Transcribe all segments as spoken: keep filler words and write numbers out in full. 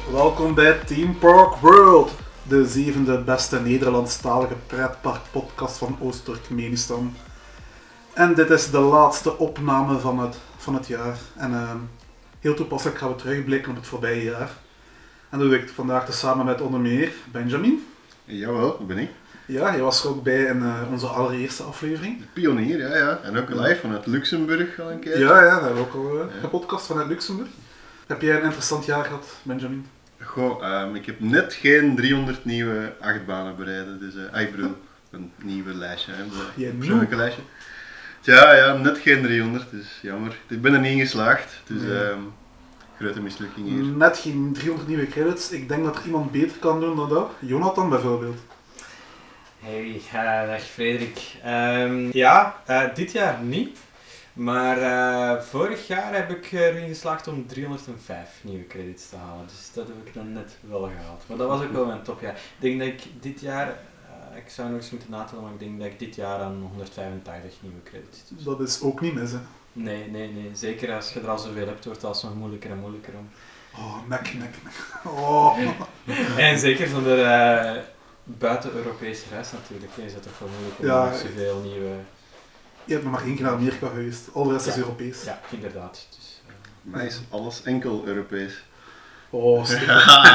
Welkom bij Theme Park World, de zevende beste Nederlandstalige pretparkpodcast van Oost-Turkmenistan. En dit is de laatste opname van het, van het jaar. En uh, heel toepasselijk gaan we terugblikken op het voorbije jaar. En dat doe ik het vandaag dus samen met onder meer Benjamin. Jawel, dat ben ik. Ja, je was er ook bij in uh, onze allereerste aflevering. De pionier, ja, ja. En ook live vanuit Luxemburg al een keer. Ja, ja, dat hebben we ook al uh, ja. gepodcast vanuit Luxemburg. Heb jij een interessant jaar gehad, Benjamin? Goh, um, ik heb net geen driehonderd nieuwe achtbanen bereiden, dus uh, ah, ik bedoel, een nieuwe lijstje, hè, een persoonlijke lijstje. Ja, ja, net geen driehonderd, dus jammer. Ik ben er niet in geslaagd, dus ja. um, grote mislukking hier. Net geen driehonderd nieuwe credits, ik denk dat er iemand beter kan doen dan dat. Jonathan bijvoorbeeld. Hey, uh, dag Frederik. Um, ja, uh, dit jaar niet. Maar uh, vorig jaar heb ik erin geslaagd om driehonderdvijf nieuwe credits te halen. Dus dat heb ik dan net wel gehaald. Maar dat was ook wel mijn topjaar. Ik denk dat ik dit jaar, uh, ik zou nog eens moeten natellen, maar ik denk dat ik dit jaar aan honderdvijfentachtig nieuwe credits doe. Dat is ook niet mis, hè? Nee, nee, nee. Zeker als je er al zoveel hebt, wordt het alsnog moeilijker en moeilijker om. Oh, nek, nek, nek. Oh. En zeker zonder uh, buiten-Europese reis natuurlijk. Is het toch wel moeilijk om ja, nog zoveel nieuwe... Je hebt nog maar één keer naar Amerika geweest, al de rest ja. is Europees. Ja, inderdaad. Dus, uh... Mij is alles enkel Europees. Oh, Stefan.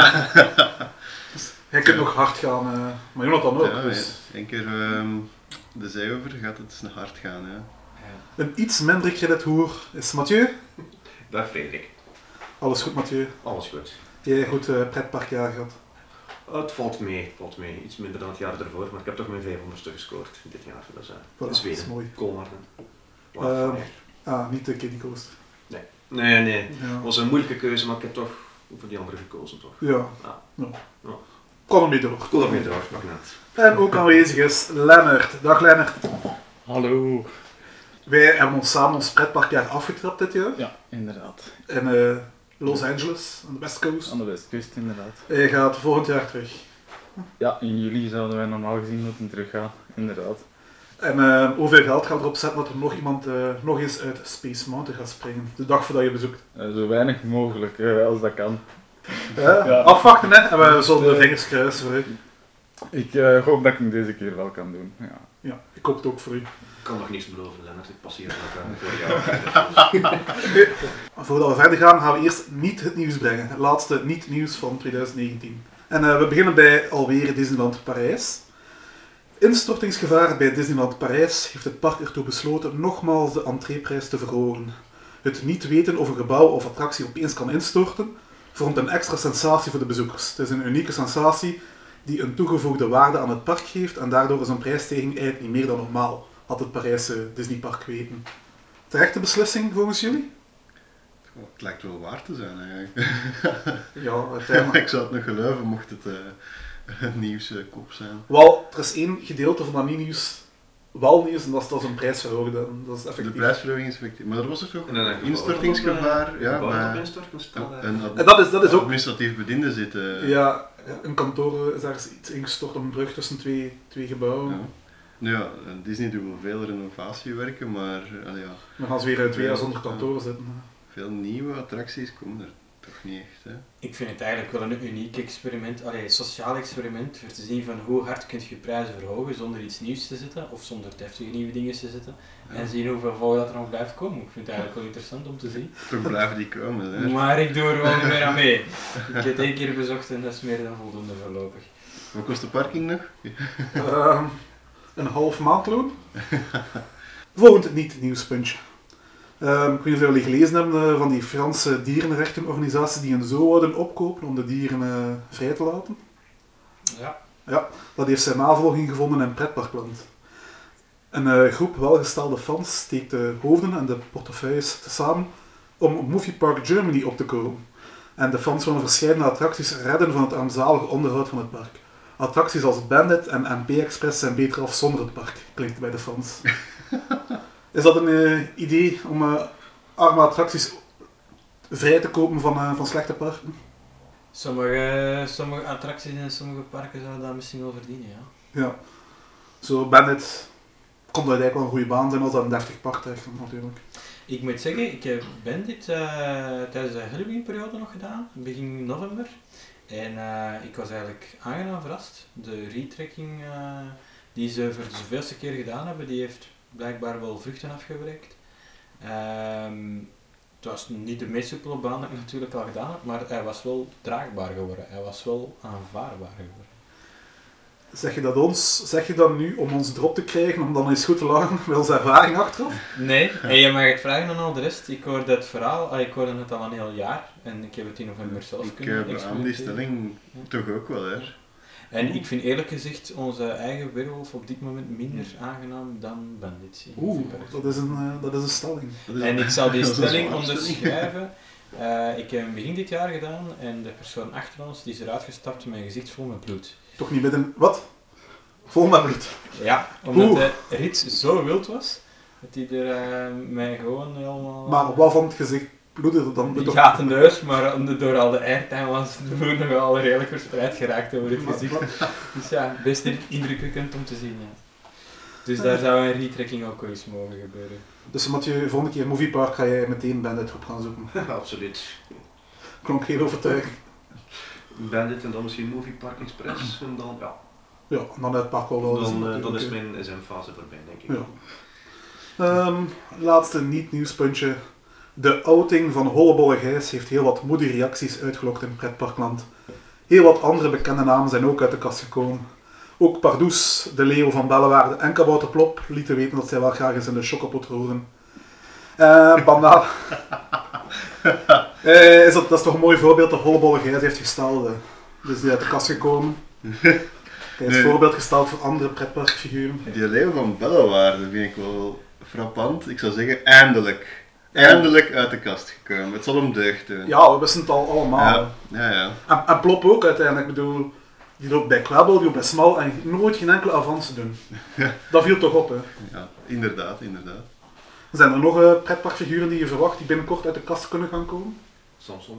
Hij kunt nog hard gaan, uh, maar Jonathan ook. Ja, dus. ja. Eén keer um, de zee over gaat het snel hard gaan. Ja. Ja. Een iets minder credithoer is Mathieu. Dag Frederik. Alles goed, Mathieu? Alles goed. Jij hebt een goed uh, pretparkjaar gehad? Uh, het valt mee, het valt mee. Iets minder dan het jaar ervoor, maar ik heb toch mijn vijfhonderdste gescoord dit jaar. Dus, uh, voilà, in Zweden. dat is mooi. Kolmarden. Uh, ah, niet de Kiddie Coaster. Nee, nee, nee. Ja. Het was een moeilijke keuze, maar ik heb toch voor die andere gekozen, toch? Ja. Ja. ja. ja. Kom ermee door. Kom ermee door, nog net. En ook aanwezig is Lennart. Dag Lennart. Hallo. Wij hebben ons samen ons pretparkjaar afgetrapt dit jaar. Ja, inderdaad. In uh, Los Angeles, aan de West Coast. Aan de Westkust, inderdaad. Hij gaat volgend jaar terug. Ja, in juli zouden wij normaal gezien moeten teruggaan, inderdaad. En uh, hoeveel geld gaat erop zetten dat er nog iemand uh, nog eens uit Space Mountain gaat springen? De dag voordat je bezoekt. Uh, zo weinig mogelijk, uh, als dat kan. Uh, ja. Afwachten, hè? En we zullen de vingers kruisen voor u. Ik uh, hoop dat ik het deze keer wel kan doen. Ja, ja ik hoop het ook voor u. Ik kan nog niets beloven, Lennart. Ik passeer dat uh, voor jou. Okay. Voordat we verder gaan, gaan we eerst niet het nieuws brengen. Het laatste niet-nieuws van twintig negentien. En uh, we beginnen bij alweer Disneyland Parijs. Instortingsgevaar bij Disneyland Parijs heeft het park ertoe besloten nogmaals de entreeprijs te verhogen. Het niet weten of een gebouw of attractie opeens kan instorten, vormt een extra sensatie voor de bezoekers. Het is een unieke sensatie die een toegevoegde waarde aan het park geeft en daardoor is een prijsstijging eigenlijk niet meer dan normaal, had het Parijse Disneypark weten. Terechte beslissing volgens jullie? Oh, het lijkt wel waar te zijn eigenlijk. Ja, uiteindelijk. Ik zou het nog geloven mocht het uh, een nieuwskop uh, zijn. Wel, er is één gedeelte van dat niet-nieuws wel nieuws en dat is dat een prijsverhoging. Dat is effectief. De prijsverhoging is effectief. Maar er was er toch En een instortingsgevaar? Ja, maar een en dat is, dat is ook administratief bediende zitten. Ja, een kantoor is ergens iets ingestort op een brug tussen twee, twee gebouwen. Ja. Ja, Disney doet wel veel renovatiewerken, maar uh, ja. Dan gaan ze weer twee jaar zonder kantoor zitten. Veel nieuwe attracties komen er toch niet echt, hè? Ik vind het eigenlijk wel een uniek experiment, allee, een sociaal experiment, voor te zien van hoe hard kun je prijzen verhogen zonder iets nieuws te zetten, of zonder deftige nieuwe dingen te zetten, ja. En zien hoeveel volk dat er nog blijft komen. Ik vind het eigenlijk wel interessant om te zien. Toch blijven die komen, hè? Maar ik doe er wel niet meer aan mee. Ik heb het één keer bezocht en dat is meer dan voldoende voorlopig. Wat kost de parking nog? Uh, een half maandloon. Volgend niet-nieuwspuntje. Um, ik weet niet of jullie gelezen hebben uh, van die Franse dierenrechtenorganisaties die een zoo wouden opkopen om de dieren uh, vrij te laten. Ja. Ja, dat heeft zijn navolging gevonden in pretparkland. Een uh, groep welgestelde fans steekt de hoofden en de portefeuilles tezamen om Movie Park Germany op te kopen. En de fans willen verschillende attracties redden van het armzalige onderhoud van het park. Attracties als Bandit en M P Express zijn beter af zonder het park, klinkt bij de fans. Is dat een uh, idee om uh, arme attracties vrij te kopen van, uh, van slechte parken? Sommige, sommige attracties en sommige parken zouden dat misschien wel verdienen, ja. Ja. Zo Bandit kon dat eigenlijk wel een goede baan zijn als dat een deftig park terecht komt, natuurlijk. Ik moet zeggen, ik heb Bandit uh, tijdens de Halloween-periode nog gedaan, begin november. En uh, ik was eigenlijk aangenaam verrast. De retrekking uh, die ze voor de zoveelste keer gedaan hebben, die heeft blijkbaar wel vruchten afgewerkt. Um, het was niet de meest soepele baan dat ik natuurlijk al gedaan heb, maar hij was wel draagbaar geworden. Hij was wel aanvaardbaar geworden. Zeg je dat ons, zeg je dat nu om ons erop te krijgen, om dan eens goed te lachen, met onze ervaring achteraf? Nee, en je mag het vragen aan al de rest. Ik hoorde het verhaal, ah, ik hoorde het al een heel jaar en ik heb het in november zelf ik kunnen experimenteren. Ik die stelling ja. toch ook wel, hè. En ik vind eerlijk gezegd onze eigen werewolf op dit moment minder aangenaam dan Bandit. Oeh, dat is een, uh, dat is een stelling. Is en ik zal die stelling onderschrijven. Uh, ik heb hem begin dit jaar gedaan en de persoon achter ons die is eruit gestapt met een gezicht vol met bloed. Toch niet met een... Wat? Vol met bloed? Ja, omdat Oeh. de rit zo wild was, dat hij er uh, mij gewoon helemaal... Maar wat van het gezicht bloedde dan? Die gaat in de neus, maar door al de airtime was het bloed nog wel redelijk verspreid geraakt over het gezicht. Dus ja, best indrukwekkend om te zien, ja. Dus daar zou een retrekking ook wel eens mogen gebeuren. Dus Mathieu, volgende keer Moviepark ga jij meteen Bandit op gaan zoeken? Ja, absoluut. Klonk heel overtuigend. Bandit en dan misschien Moviepark Express en dan, ja. Ja, dan het park al wel eens. Dan, uh, dan is mijn S M-fase voorbij, denk ik. Ja. Um, laatste niet-nieuwspuntje. De outing van Hollebolle Gijs heeft heel wat moedige reacties uitgelokt in pretparkland. Heel wat andere bekende namen zijn ook uit de kast gekomen. Ook Pardoes, de Leo van Bellewaarde en Kabouter Plop lieten weten dat zij wel graag eens in de chocopot roeren. Uh, Banaal. uh, is dat, dat is toch een mooi voorbeeld dat Hollebolle Gijs heeft gesteld. Uh. Dus die uit de kast gekomen. Hij is nee. voorbeeld gesteld voor andere pretparkfiguren. Die Leo van Bellewaarde vind ik wel frappant. Ik zou zeggen, eindelijk. Eindelijk uit de kast gekomen. Het zal hem deugd doen. Ja, we wisten het al allemaal. Ja, ja. ja. En, en Plop ook uiteindelijk. Ik bedoel, die loopt bij Klabbel, die loopt bij Smal en nooit geen enkele avance doen. Dat viel toch op, hè? Ja, inderdaad, inderdaad. Zijn er nog uh, pretparkfiguren die je verwacht die binnenkort uit de kast kunnen gaan komen? Samson.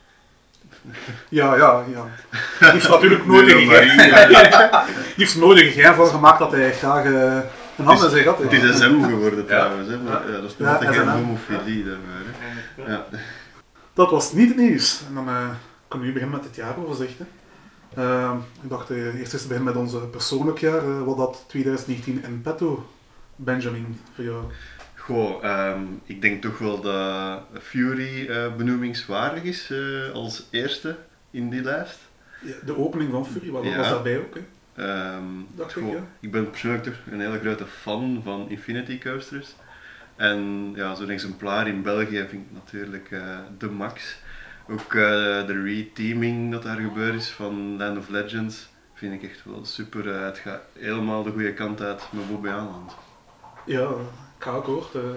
Ja, ja, ja. Die heeft natuurlijk nooit een gegeven. Die heeft nooit een gegeven van gemaakt dat hij graag uh, een hand in zijn gat heeft. Het is S M geworden trouwens, hè. Maar, ja, dat is nog ja, altijd geen homofilie daarvoor. Ja. Dat was niet het nieuws. En dan uh, kunnen we nu beginnen met het jaaroverzicht. Hè. Uh, ik dacht uh, eerst eens te beginnen met onze persoonlijk jaar. Uh, wat dat twintig negentien in petto, Benjamin, voor jou? Goh, um, ik denk toch wel dat Fury uh, benoemingswaardig is uh, als eerste in die lijst. Ja, de opening van Fury, wat ja. was daarbij ook? Hè? Um, Dacht goh, ik, ja. ik ben persoonlijk toch een hele grote fan van Infinity Coasters. En ja, zo'n exemplaar in België vind ik natuurlijk uh, de max. Ook uh, de reteaming dat daar gebeurd is van Land of Legends vind ik echt wel super. Uh, het gaat helemaal de goede kant uit met Bobby Aanland. Ja, ik ga akkoord. Uh,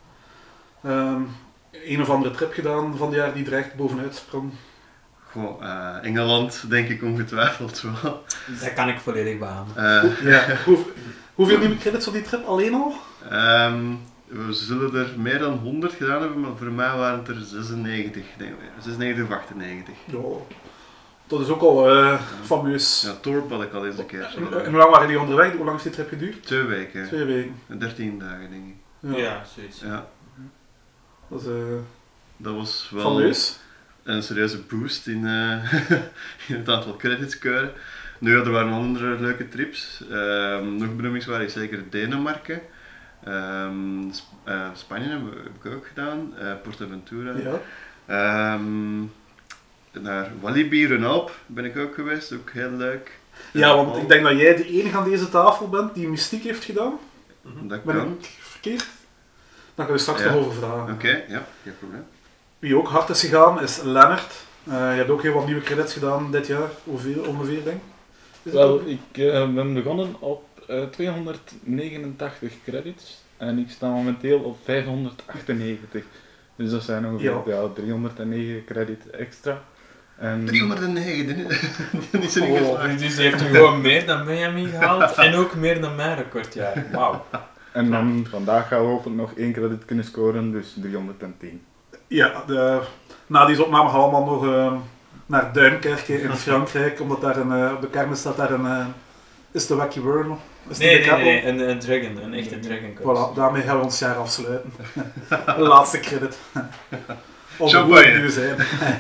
um, een of andere trip gedaan van het jaar die er echt bovenuit sprong. Goh, uh, Engeland denk ik ongetwijfeld wel. Dat kan ik volledig beamen. Uh, ja. Hoe, hoeveel nieuwe credits op die trip alleen al? Um, we zullen er meer dan honderd gedaan hebben, maar voor mij waren het er zesennegentig, denk ik. zesennegentig of achtennegentig. Ja, dat is ook al uh, fameus. Ja, Torp had ik al eens een keer. En, en hoe lang waren die onderweg? Hoe lang is die trip geduurd? Twee weken. Twee weken. dertien dagen, denk ik. Ja, ja zoiets. Ja. Dat, is, uh, dat was wel fameus. Een serieuze boost in, uh, in het aantal credits keuren. Nu, ja, er waren andere leuke trips. Uh, nog benoemingswaardig zeker Denemarken. Um, Sp- uh, Spanje heb, heb ik ook gedaan. Uh, Portaventura. Ja. Um, naar Walibi, Rhône-Alpes ben ik ook geweest, ook heel leuk. Ja, want ik denk dat jij de enige aan deze tafel bent die mystiek heeft gedaan. Dat ben kan. ik verkeerd? Dan gaan we straks ja. nog over vragen. Oké, okay, ja, geen probleem. Wie ook hard is gegaan is Lennart. Uh, je hebt ook heel wat nieuwe credits gedaan dit jaar, hoeveel ongeveer denk ik? Wel, ik uh, ben begonnen op uh, tweehonderdnegenentachtig credits en ik sta momenteel op vijfhonderdachtennegentig. Dus dat zijn ongeveer ja. Ja, driehonderdnegen credits extra. En... driehonderdnegen, dat is er niet oh, dus die heeft gewoon meer dan Miami gehaald en ook meer dan mijn recordjaar. Wauw. En dan vandaag gaan we hopelijk nog één credit kunnen scoren, dus driehonderdtien. Ja, de, na deze opname gaan we allemaal nog uh, naar Duinkerke in Frankrijk, omdat daar een, uh, op de kermis staat daar een, uh, Is de Wacky World? Is Nee, de nee, nee, nee, een, een dragon, een echte dragon coaster. Voilà, daarmee gaan we ons jaar afsluiten. De laatste credit. Als we Champagne. goed nu zijn.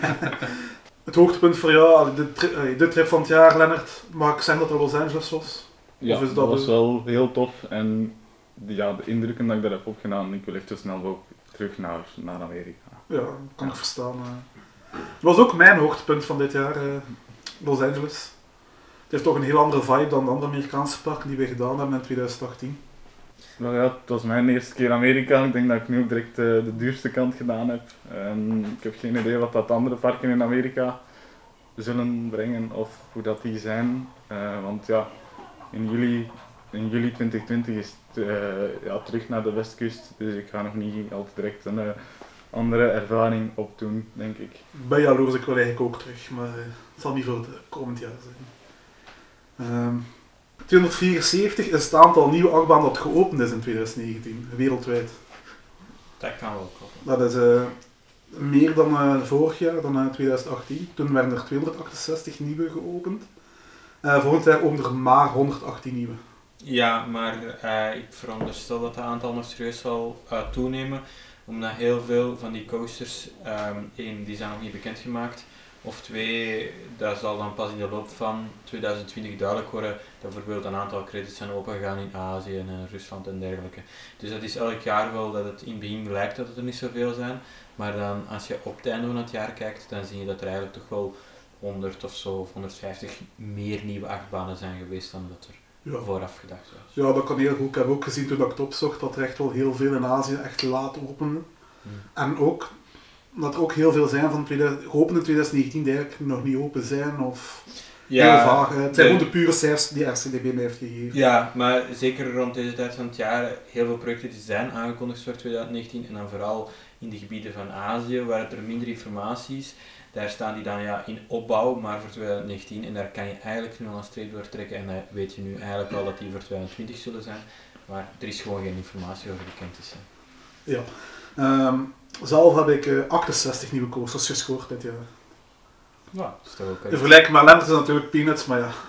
Het hoogtepunt voor jou, de, tri de trip van het jaar, Lennart, mag ik zeggen dat het Los Angeles was? Ja, Of is dat dat was de- wel heel tof en de, ja, de indrukken dat ik daar heb opgedaan, ik wil echt zo snel ook terug naar, naar Amerika. Ja, kan ik verstaan. eh. Het was ook mijn hoogtepunt van dit jaar, eh, Los Angeles. Het heeft toch een heel andere vibe dan de andere Amerikaanse parken die we gedaan hebben in twintig achttien. Nou ja, het was mijn eerste keer Amerika. Ik denk dat ik nu ook direct uh, de duurste kant gedaan heb. En ik heb geen idee wat dat andere parken in Amerika zullen brengen of hoe dat die zijn. Uh, want ja, in juli, in juli twintig twintig is het uh, ja, terug naar de westkust. Dus ik ga nog niet al te direct een uh, andere ervaring opdoen, denk ik. Bij jaloers, ik wil eigenlijk ook terug, maar uh, het zal niet voor het komend jaar zijn. Um, tweehonderdvierenzeventig is het aantal nieuwe achtbanen dat geopend is in twintig negentien, wereldwijd. Dat kan wel kloppen. Dat is uh, meer dan uh, vorig jaar, dan uh, twintig achttien. Toen werden er tweehonderdachtenzestig nieuwe geopend. Uh, volgend jaar openen er maar honderdachttien nieuwe. Ja, maar uh, ik veronderstel dat het aantal nog serieus zal uh, toenemen, omdat heel veel van die coasters, um, één, die zijn nog niet bekendgemaakt, of twee, dat zal dan pas in de loop van twintig twintig duidelijk worden dat bijvoorbeeld een aantal credits zijn opengegaan in Azië en uh, Rusland en dergelijke. Dus dat is elk jaar wel dat het in het begin lijkt dat het er niet zoveel zijn, maar dan als je op het einde van het jaar kijkt, dan zie je dat er eigenlijk toch wel honderd of zo, of honderdvijftig meer nieuwe achtbanen zijn geweest dan dat er ja. vooraf gedacht was. Ja, dat kan heel goed. Ik heb ook gezien toen ik het opzocht dat er echt wel heel veel in Azië echt laat openen. Hmm. En ook dat er ook heel veel zijn van geopend in twintig negentien die eigenlijk nog niet open zijn of ja, heel vaag. Het zijn gewoon de pure cijfers die R C D B mij heeft gegeven. Ja, maar zeker rond deze tijd van het jaar heel veel projecten die zijn aangekondigd voor twintig negentien en dan vooral in de gebieden van Azië waar er minder informatie is. Daar staan die dan ja, in opbouw, maar voor twintig negentien en daar kan je eigenlijk nu al een streep door trekken en dan weet je nu eigenlijk al dat die voor twintig twintig zullen zijn, maar er is gewoon geen informatie over bekend is. Hè. Ja. Um, zelf heb ik uh, achtenzestig nieuwe coasters gescoord dit jaar. Ja, dat is toch ook. In vergelijking met Lent is natuurlijk peanuts, maar ja.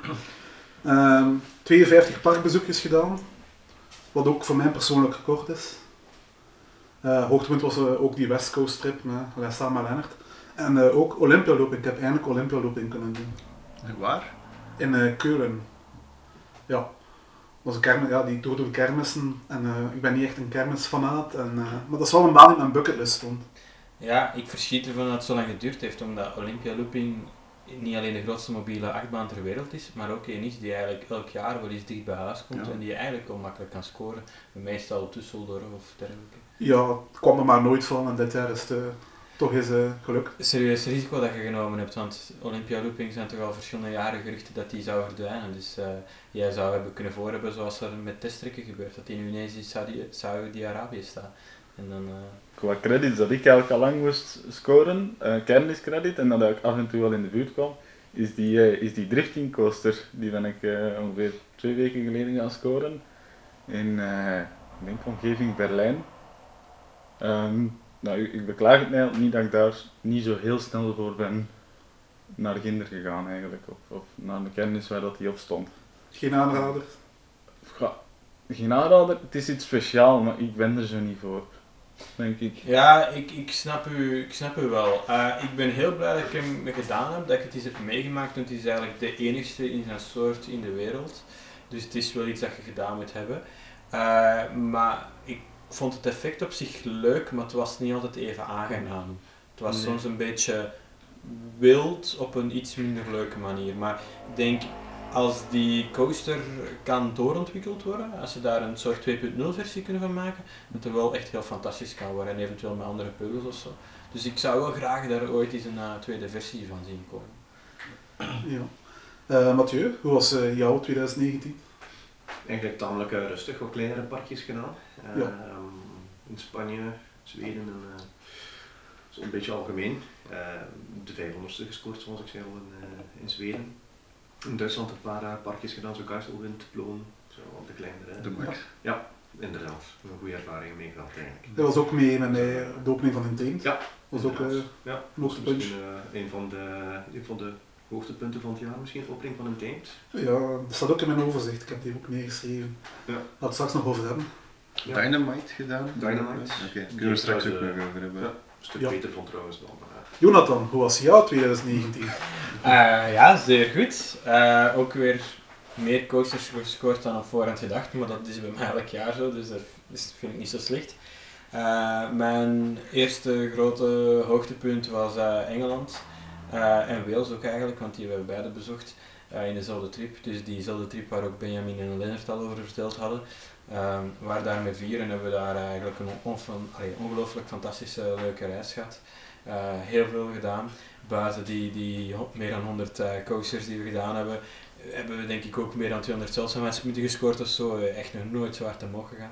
Um, tweeënvijftig parkbezoekjes gedaan, wat ook voor mij persoonlijk record is. Uh, hoogtepunt was uh, ook die West Coast trip met, samen met Lennart. En uh, ook Olympialooping. Ik heb eindelijk Olympialooping kunnen doen. Waar? In uh, Keulen. Ja. Dat was een kermis, ja, die doordoen kermissen. En uh, ik ben niet echt een kermisfanaat. En, uh, maar dat is wel een baan die op mijn bucketlist stond. Ja, ik verschiet ervan dat het zo lang geduurd heeft, omdat Olympialooping niet alleen de grootste mobiele achtbaan ter wereld is, maar ook een is die eigenlijk elk jaar wel eens dicht bij huis komt ja. en die je eigenlijk wel makkelijk kan scoren. Meestal Düsseldorf of dergelijke. Ja, het kwam er maar nooit van en dit jaar is het uh, toch eens uh, gelukt. Serieus risico dat je genomen hebt, want Olympialooping zijn toch al verschillende jaren geruchten dat die zou verdwijnen. Dus uh, jij zou hebben kunnen voorhebben zoals er met testtrekken gebeurt, dat die nu ineens in Saudi- Saudi-Arabië staat. En dan, uh... Qua credits dat ik eigenlijk al lang moest scoren, uh, kermiscredit, en dat ik af en toe wel in de buurt kwam, is die, uh, is die drifting coaster. Die ben ik uh, ongeveer twee weken geleden gaan scoren in, uh, ik denk, omgeving Berlijn. Um, nou, ik beklaag het mij niet dat ik daar niet zo heel snel voor ben naar Ginder gegaan eigenlijk, of, of naar de kermis waar dat die op stond. Geen aanrader? Ja, geen aanrader, het is iets speciaals, maar ik ben er zo niet voor. Denk ik. Ja, ik, ik, snap u, ik snap u wel. Uh, ik ben heel blij dat ik hem gedaan heb, dat ik het eens heb meegemaakt, want het is eigenlijk de enigste in zijn soort in de wereld. Dus het is wel iets dat je gedaan moet hebben. Uh, maar ik vond het effect op zich leuk, maar het was niet altijd even aangenaam. Het was nee. soms een beetje wild op een iets minder leuke manier. Maar ik denk, als die coaster kan doorontwikkeld worden, als ze daar een soort twee punt nul versie kunnen van maken, dat het wel echt heel fantastisch kan worden en eventueel met andere peugels of zo. Dus ik zou wel graag daar ooit eens een uh, tweede versie van zien komen. Ja. Uh, Mathieu, hoe was uh, jouw twintig negentien? Eigenlijk tamelijk uh, rustig, wat kleinere parkjes gedaan. Uh, ja. um, in Spanje, Zweden en uh, zo'n beetje algemeen. Uh, de vijfhonderdste gescoord zoals ik zei al in, uh, in Zweden. In Duitsland een paar uh, parkjes gedaan, zo Geiselwind, Ploon, zo wat de kleinere. De Max. Ja, inderdaad. Een goede ervaring mee gehad eigenlijk. Dat was ook mee met mij op de opening van hun tent. Ja. Dat was ook uh, ja, een hoogtepunt. Uh, een van de, een van de hoogtepunten van het jaar misschien, opbreng van een Thames? Ja, dat staat ook in mijn overzicht. Ik heb die ook neergeschreven. Ja. Laten we het straks nog over hebben. Ja. Dynamite gedaan? Dynamite. Oké, okay. Kunnen we straks ook nog over hebben. Ja, een stuk ja. beter van trouwens dan. Uh... Jonathan, hoe was jouw twintig negentien? Uh, ja, zeer goed. Uh, ook weer meer coasters gescoord dan op voorhand gedacht, maar dat is bij mij elk jaar zo, dus dat vind ik niet zo slecht. Uh, mijn eerste grote hoogtepunt was uh, Engeland uh, en Wales ook eigenlijk, want die hebben we beide bezocht uh, in dezelfde trip. Dus diezelfde trip waar ook Benjamin en Lennart al over verteld hadden. Uh, we waren daar met vier en hebben we daar eigenlijk een ongelooflijk fantastische leuke reis gehad. Uh, heel veel gedaan. Buiten die, die meer dan honderd uh, coasters die we gedaan hebben, hebben we denk ik ook meer dan tweehonderd zelfsnelheidspunten gescoord of zo. Echt nog nooit zo hard omhoog gegaan.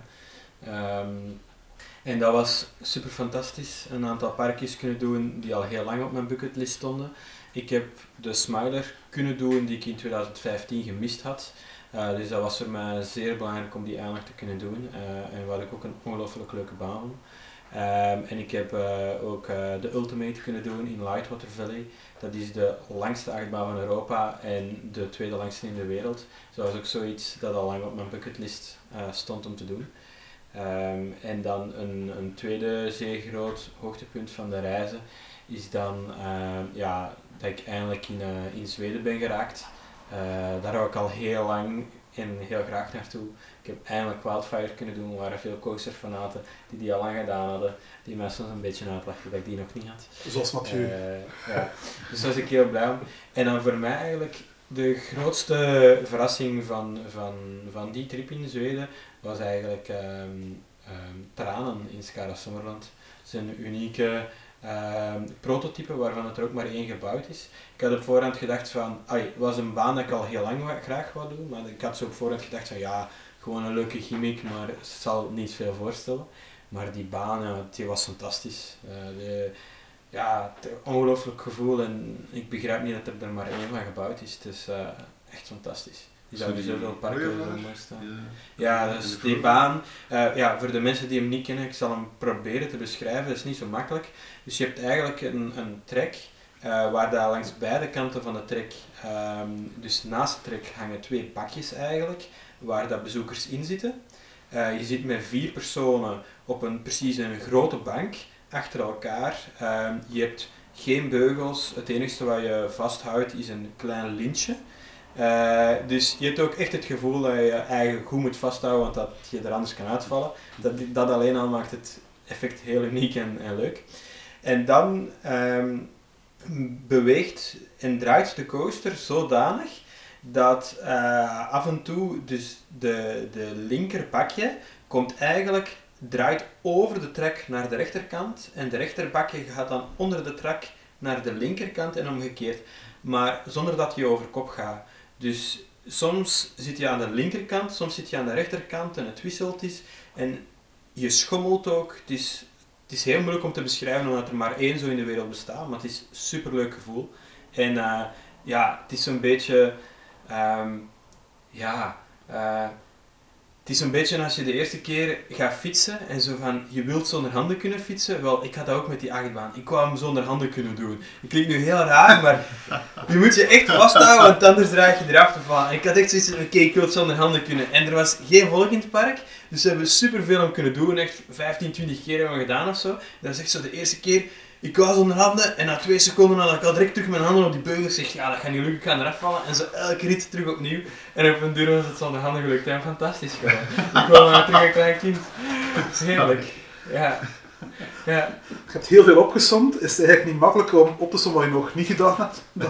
Um, en dat was super fantastisch. Een aantal parkjes kunnen doen die al heel lang op mijn bucketlist stonden. Ik heb de Smiler kunnen doen die ik in twintig vijftien gemist had. Uh, dus dat was voor mij zeer belangrijk om die eindelijk te kunnen doen. Uh, en wat ik ook een ongelooflijk leuke baan vond. Um, en ik heb uh, ook uh, de Ultimate kunnen doen in Lightwater Valley. Dat is de langste achtbaan van Europa en de tweede langste in de wereld. Dus dat was ook zoiets dat al lang op mijn bucketlist uh, stond om te doen. Um, en dan een, een tweede zeer groot hoogtepunt van de reizen is dan uh, ja, dat ik eindelijk in, uh, in Zweden ben geraakt. Uh, daar wou ik al heel lang en heel graag naartoe. Ik heb eindelijk Wildfire kunnen doen, er waren veel coasterfanaten die die al lang gedaan hadden, die mij soms een beetje uitlachten dat ik die nog niet had. Zoals Mathieu. Uh, ja. Dus daar was ik heel blij om. En dan voor mij eigenlijk de grootste verrassing van, van, van die trip in Zweden was eigenlijk um, um, Tranen in Skara Sommerland. Het is een unieke uh, prototype waarvan het er ook maar één gebouwd is. Ik had op voorhand gedacht van, ai, het was een baan dat ik al heel lang wa- graag wou doen, maar ik had zo op voorhand gedacht van ja, gewoon een leuke gimmick, maar het zal niet veel voorstellen. Maar die baan, ja, die was fantastisch. Uh, de, ja, het ongelooflijk gevoel en ik begrijp niet dat er, er maar één van gebouwd is. Het is uh, echt fantastisch. Die zouden zoveel parken zo mooi staan. Ja, dat is die baan. Uh, ja, voor de mensen die hem niet kennen, ik zal hem proberen te beschrijven. Dat is niet zo makkelijk. Dus je hebt eigenlijk een, een trek uh, waar daar langs beide kanten van de trek, um, dus naast de trek hangen twee bakjes eigenlijk, waar dat bezoekers in zitten. Uh, je zit met vier personen op een precies een grote bank achter elkaar. Uh, je hebt geen beugels. Het enige wat je vasthoudt is een klein lintje. Uh, dus je hebt ook echt het gevoel dat je je eigen goed moet vasthouden, want dat je er anders kan uitvallen. Dat, dat alleen al maakt het effect heel uniek en, en leuk. En dan um, beweegt en draait de coaster zodanig dat uh, af en toe dus de, de linkerbakje komt eigenlijk, draait over de trek naar de rechterkant en de rechterbakje gaat dan onder de trek naar de linkerkant en omgekeerd, maar zonder dat je over kop gaat. Dus soms zit je aan de linkerkant, soms zit je aan de rechterkant en het wisselt is en je schommelt ook. Het is, het is heel moeilijk om te beschrijven omdat er maar één zo in de wereld bestaat, maar het is een superleuk gevoel. En uh, ja, het is zo'n beetje, um, ja, uh, het is zo'n beetje als je de eerste keer gaat fietsen en zo van, je wilt zonder handen kunnen fietsen. Wel, ik had dat ook met die achtbaan. Ik wou hem zonder handen kunnen doen. Het klinkt nu heel raar, maar je moet je echt vasthouden, want anders draag je eraf te vallen. Ik had echt zoiets van, oké, okay, ik wil het zonder handen kunnen. En er was geen volk in het park, dus we hebben superveel om kunnen doen. Echt vijftien, twintig keer hebben we gedaan of zo. Dat is echt zo de eerste keer, ik wou zonder handen en na twee seconden had ik al direct terug mijn handen op die beugels. Zeg, ja, dat gaat niet lukken, ik ga eraf vallen. En zo elke rit terug opnieuw. En op een duur was het zonder handen gelukt. En fantastisch gewoon. Ik wil maar terug een klein kind. Dat is heerlijk. Ja. Ja. Je hebt heel veel opgesomd. Is het eigenlijk niet makkelijker om op te sommen wat je nog niet gedaan hebt? Dan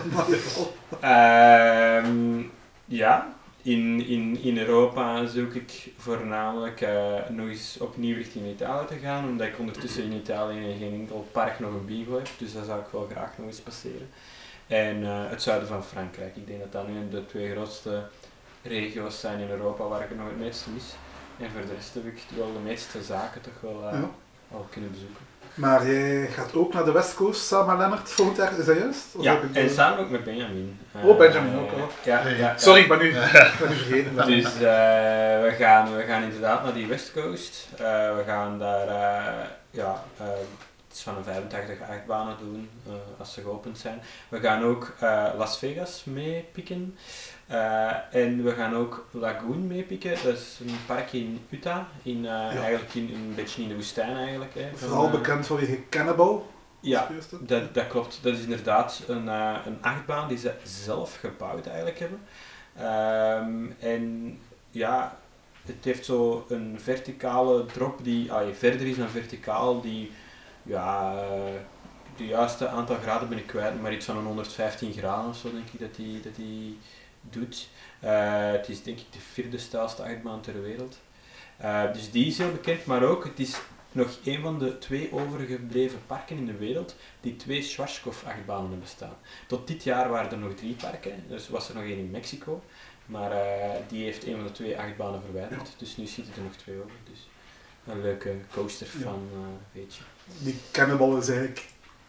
um, ja. In, in, in Europa zoek ik voornamelijk uh, nog eens opnieuw richting Italië te gaan, omdat ik ondertussen in Italië in geen enkel park nog een bingo heb, dus dat zou ik wel graag nog eens passeren. En uh, het zuiden van Frankrijk, ik denk dat dat nu de twee grootste regio's zijn in Europa waar ik het nog het meeste mis. En voor de rest heb ik wel de meeste zaken toch wel uh, ja. al kunnen bezoeken. Maar jij gaat ook naar de West Coast samen met Lennart volgend jaar, is dat juist? Of ja, en samen ook met Benjamin. Oh, Benjamin uh, ook al. Ja, ja, ja. Sorry, ik ben nu, ik ben nu vergeten. Dus uh, we, gaan, we gaan inderdaad naar die West Coast. Uh, we gaan daar, uh, ja, uh, iets van een vijfentachtig achtbanen doen uh, als ze geopend zijn. We gaan ook uh, Las Vegas meepikken. Uh, en we gaan ook Lagoon meepikken. Dat is een parkje in Utah, in, uh, ja. eigenlijk in, een beetje in de woestijn eigenlijk. Hè, van, Vooral uh, bekend vanwege Cannibal. Ja, dat, dat klopt. Dat is inderdaad een, uh, een achtbaan die ze zelf gebouwd eigenlijk hebben. Um, en ja, het heeft zo een verticale drop die ah, verder is dan verticaal, die ja, de juiste aantal graden ben ik kwijt, maar iets van een honderdvijftien graden of zo denk ik dat die, dat die doet. Uh, het is denk ik de vierde stijlste achtbaan ter wereld. Uh, dus die is heel bekend, maar ook het is nog een van de twee overgebleven parken in de wereld die twee Schwarzkopf-achtbanen hebben staan. Tot dit jaar waren er nog drie parken, dus was er nog één in Mexico, maar uh, die heeft een van de twee achtbanen verwijderd, dus nu zitten er nog twee over. Dus een leuke coaster van uh, weet je. Die Cannibal is eigenlijk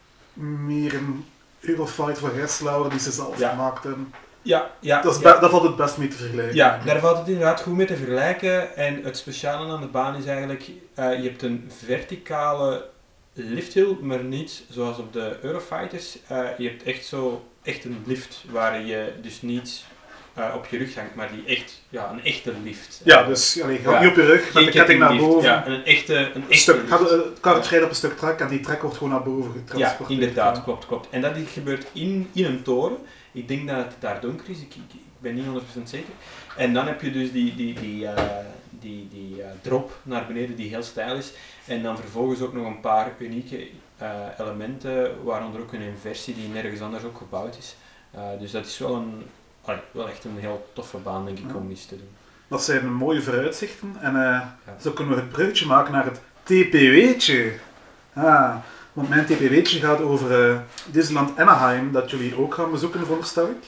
meer een Eurofight van Resslauer die ze zelf ja. gemaakt hebben. Ja, ja, dat, is ja. Be- dat valt het best mee te vergelijken. Ja, daar valt het inderdaad goed mee te vergelijken. En het speciale aan de baan is eigenlijk, uh, je hebt een verticale lifthill, maar niet zoals op de Eurofighters. Uh, je hebt echt zo echt een lift waar je dus niet uh, op je rug hangt, maar die echt, ja, een echte lift. Ja, dus allee, je gaat ja. niet op je rug, met de ketting naar boven. Ja, een echte, een een echte stuk, lift. het karretje rijdt op een stuk trek en die trek wordt gewoon naar boven getransporteerd. Ja, inderdaad, ja. klopt, klopt. En dat gebeurt in, in een toren. Ik denk dat het daar donker is, ik, ik, ik ben niet honderd procent zeker. En dan heb je dus die, die, die, uh, die, die uh, drop naar beneden die heel steil is. En dan vervolgens ook nog een paar unieke uh, elementen, waaronder ook een inversie die nergens anders ook gebouwd is. Uh, dus dat is wel, een, allee, wel echt een heel toffe baan, denk ik, ja. om iets te doen. Dat zijn mooie vooruitzichten en uh, ja. zo kunnen we het bruggetje maken naar het T P W'tje. Ah, want mijn T P W'tje gaat over uh, Disneyland Anaheim, dat jullie ook gaan bezoeken, veronderstel ik.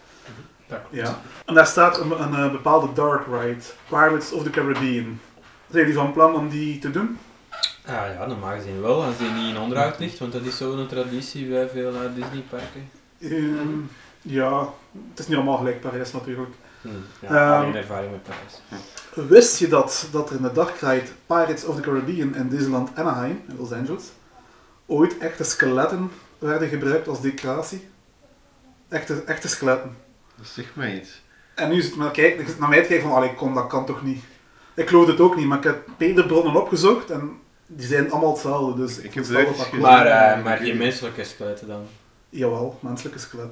Ja. En daar staat een, een, een bepaalde dark ride, Pirates of the Caribbean. Zijn jullie van plan om die te doen? Ah ja, normaal gezien wel, als die niet in onderhoud ligt, want dat is zo'n traditie bij veel uh, Disneyparken. Um, ja, het is niet allemaal gelijk Parijs natuurlijk. Hmm, ja, alleen um, ervaring met Parijs. Wist je dat, dat er in de dark ride Pirates of the Caribbean in Disneyland Anaheim, in Los Angeles, ooit echte skeletten werden gebruikt als decoratie? Echte, echte skeletten. Dat zegt mij iets. En nu is het maar kijk, naar mij te kijken van, allee, kom, dat kan toch niet. Ik geloof het ook niet, maar ik heb beide bronnen opgezocht en die zijn allemaal hetzelfde. Dus ik heb het het maar, uh, maar die menselijke skeletten dan? Jawel, menselijke skeletten.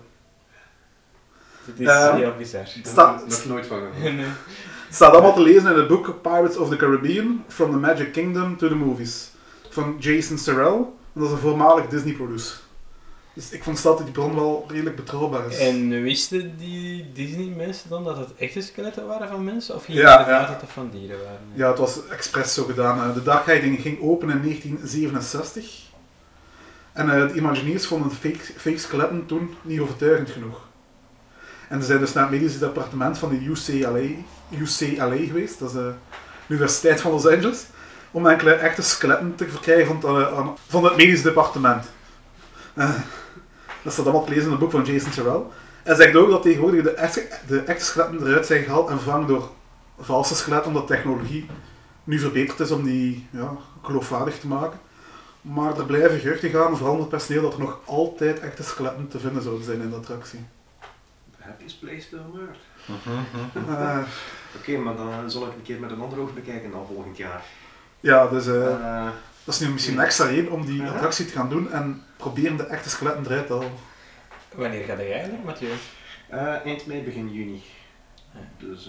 Het is uh, heel bizar. Daar sta- heb ik nooit van gehoord. nee. Het staat allemaal te lezen in het boek Pirates of the Caribbean, From the Magic Kingdom to the Movies, van Jason Sorrell. En dat is een voormalig Disney-producer. Dus ik vond dat die bron wel redelijk betrouwbaar is. En wisten die Disney-mensen dan dat het echte skeletten waren van mensen? Of ging ja, je ja. dat het van dieren waren? Ja, het was expres zo gedaan. De darkriding ging open in negentien zevenenzestig. En uh, de Imagineers vonden fake, fake skeletten toen niet overtuigend genoeg. En ze zijn dus naar het medische departement van de U C L A, U C L A geweest, dat is de Universiteit van Los Angeles, om enkele echte skeletten te verkrijgen van het, uh, van het medisch departement. Uh, dat staat allemaal te lezen in het boek van Jason Sorrell. Hij zegt ook dat tegenwoordig de echte, de echte skeletten eruit zijn gehaald en vervangen door valse skeletten, omdat technologie nu verbeterd is om die ja, geloofwaardig te maken. Maar er blijven geruchten gaan, vooral met het personeel, dat er nog altijd echte skeletten te vinden zouden zijn in de attractie. Happiest place to on earth. Uh, Oké, okay, maar dan zal ik een keer met een ander oog bekijken dan volgend jaar. Ja, dus uh, uh, dat is nu misschien een extra reden om die uh-huh. attractie te gaan doen en proberen de echte skeletten eruit te halen. Wanneer gaat jij eigenlijk, Mathieu? Uh, eind mei, begin juni. Ja. Dus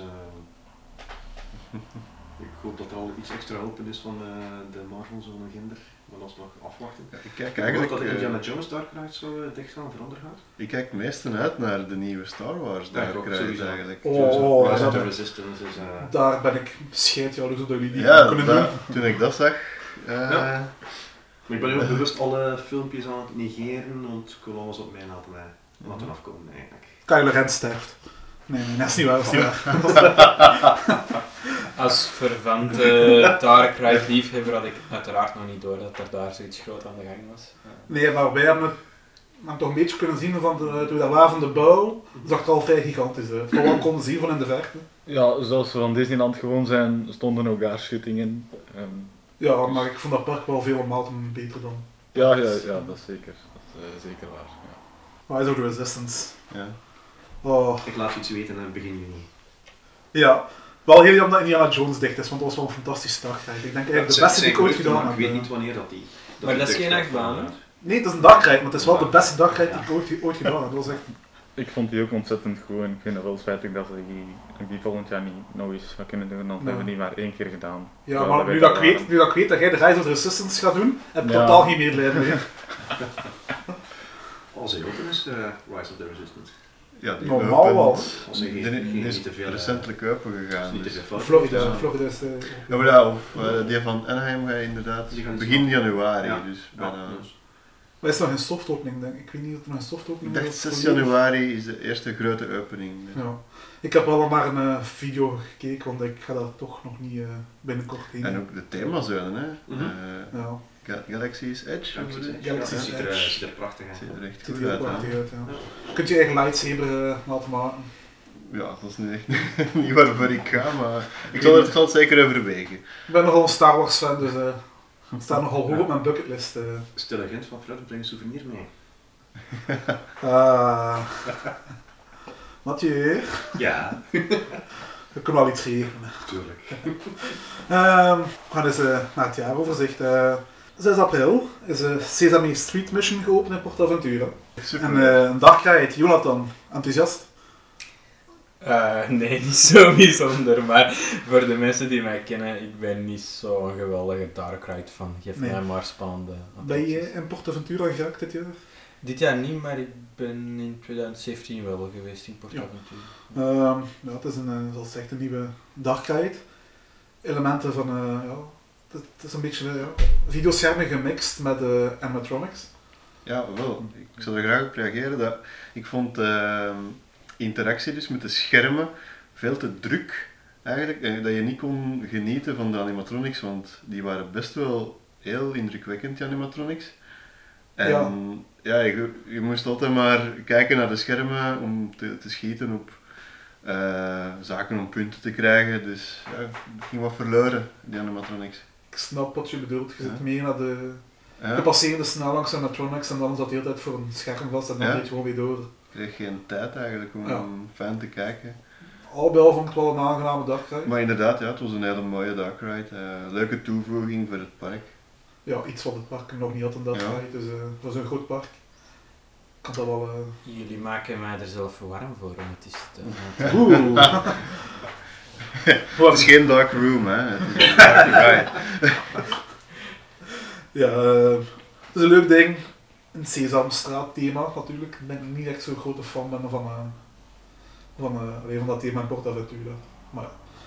uh, ik hoop dat er al iets extra open is van uh, de Marvel Zone Ginder. Maar dat is nog afwachten. Ja, ik kijk Ik eigenlijk... hoop dat uh, Indiana Jones Dark Knight zo uh, dicht gaan veranderd gaat. Ik kijk meestal uit naar de nieuwe Star Wars Ja, Dark sowieso. Knight eigenlijk. Oh, Rise dat of the ben- Resistance is... Uh, Daar ben ik scheidjaloers op dat jullie die Ja, kunnen dat, doen. toen ik dat zag... Uh, Ja. Maar ik ben ook bewust alle filmpjes aan het negeren, want ik wil alles op mij laten, uh, laten afkomen eigenlijk. Kylo Ren sterft. Nee, nee, dat is niet waar. Dat is niet waar. Als vervante Dark Ride liefhebber had ik uiteraard nog niet door dat er daar zoiets groot aan de gang was. Ja. Nee, maar wij hebben het maar toch een beetje kunnen zien van de, toen dat waar van de bouw, zag het er al vrij gigantisch uit. Wat we konden zien van in de verte. Ja, zoals we van Disneyland gewoon zijn, stonden ook daar schuttingen. Um, Ja, maar ik vond dat park wel vele malen beter dan Ja, ja, ja, dat is zeker. Dat is uh, zeker waar. Ja. Rise of the Resistance. Ja. Oh. Ik laat je iets weten en begin juni. Ja, wel heel jammer dat Indiana Jones dicht is, want dat was wel een fantastische start. Ik denk eigenlijk de beste die ik ooit gedaan heb. Ik weet niet wanneer dat die... Dat maar dat is geen achtbaan, hè? Nee, dat is een darkride, maar het is wel de beste darkride die ik ooit, ooit gedaan heb. Dat was echt... Ik vond die ook ontzettend goed en ik vind het wel spijtig dat ze die, die volgend jaar niet nog eens gaan kunnen doen, want we hebben die maar één keer gedaan. Ja, maar nu dat, ik weet, nu dat ik weet dat jij de Rise of the Resistance gaat doen, heb ik ja. totaal geen medelijden meer. Als hij open is, uh, Rise of the Resistance. Ja, die normaal wel. Als hij geen, is te veel, recentelijk uh, open gegaan. Niet te veel Florida, ja. Florida is de... Ja, maar ja, of uh, die van Anaheim gaat inderdaad begin januari, ja. dus ja. bijna... Maar is nog een softopening, denk ik. Ik weet niet of er nog een softopening is. Ik dacht zes januari is de eerste grote opening. Dus. Ja. Ik heb wel naar een uh, video gekeken, want ik ga daar toch nog niet uh, binnenkort heen. En ook de themazonen, hè. Mm-hmm. Uh, ja. Ga Galaxy's Edge? Galaxy's Edge. Galaxy's ja, Edge. Ziet, er, ziet er prachtig uit. Ziet er echt ziet goed uit, prachtig uit, uit ja. Ja. Kunt je eigen lightsaber uh, laten maken? Ja, dat is niet echt niet waarvoor ik ga, maar ik zal het, zal het zeker overwegen. Ik ben nogal een Star Wars fan, dus uh, het staat nogal hoog op mijn bucketlist. Uh. Stel agent van Fluit, breng een souvenir mee. Uh, Mathieu? Ja. We kunnen wel iets regelen. Tuurlijk. um, we gaan eens uh, naar het jaaroverzicht. Uh, zes april is de uh, Sesame Street Mission geopend in PortAventura. Super. En uh, een darkride. Jonathan, enthousiast? Uh, nee, niet zo bijzonder, maar voor de mensen die mij kennen, ik ben niet zo'n geweldige darkride van. Geef nee. mij maar spannende. Ben je in PortAventura geraakt dit jaar? Dit jaar niet, maar ik ben in twintig zeventien wel geweest in PortAventura. Ja. Uh, ja, het is een, zoals gezegd, een nieuwe darkride. Elementen van, uh, ja, het, het is een beetje uh, videoschermen gemixt met uh, animatronics. Ja, wel. Ik zou er graag op reageren. Dat, ik vond uh, interactie dus met de schermen veel te druk eigenlijk. Uh, dat je niet kon genieten van de animatronics, want die waren best wel heel indrukwekkend, die animatronics. En ja, ja je, je moest altijd maar kijken naar de schermen om te, te schieten op uh, zaken om punten te krijgen. Dus ja, het ging wat verloren, die animatronics. Ik snap wat je bedoelt. Je ja. zit meer naar de... Ja. Je passeerde snel langs animatronics en dan zat de hele tijd voor een scherm vast en dan ja. deed je gewoon weer door. Ik kreeg geen tijd eigenlijk om ja. fijn te kijken. Al bij al vond ik het wel een aangename darkride. Maar inderdaad, ja, het was een hele mooie darkride. Uh, leuke toevoeging voor het park. Ja, iets wat het park nog niet had in dat ja. dus uh, het was een groot park. Kan dat wel... Uh... Jullie maken mij er zelf warm voor, want het is te... Oeh! Het is geen dark room, hè. Het is een dark ride. Ja, uh, het is een leuk ding. Een Sesamstraat thema natuurlijk. Ik ben niet echt zo'n grote fan ben van, uh, van, uh, van dat thema in PortAventura. Maar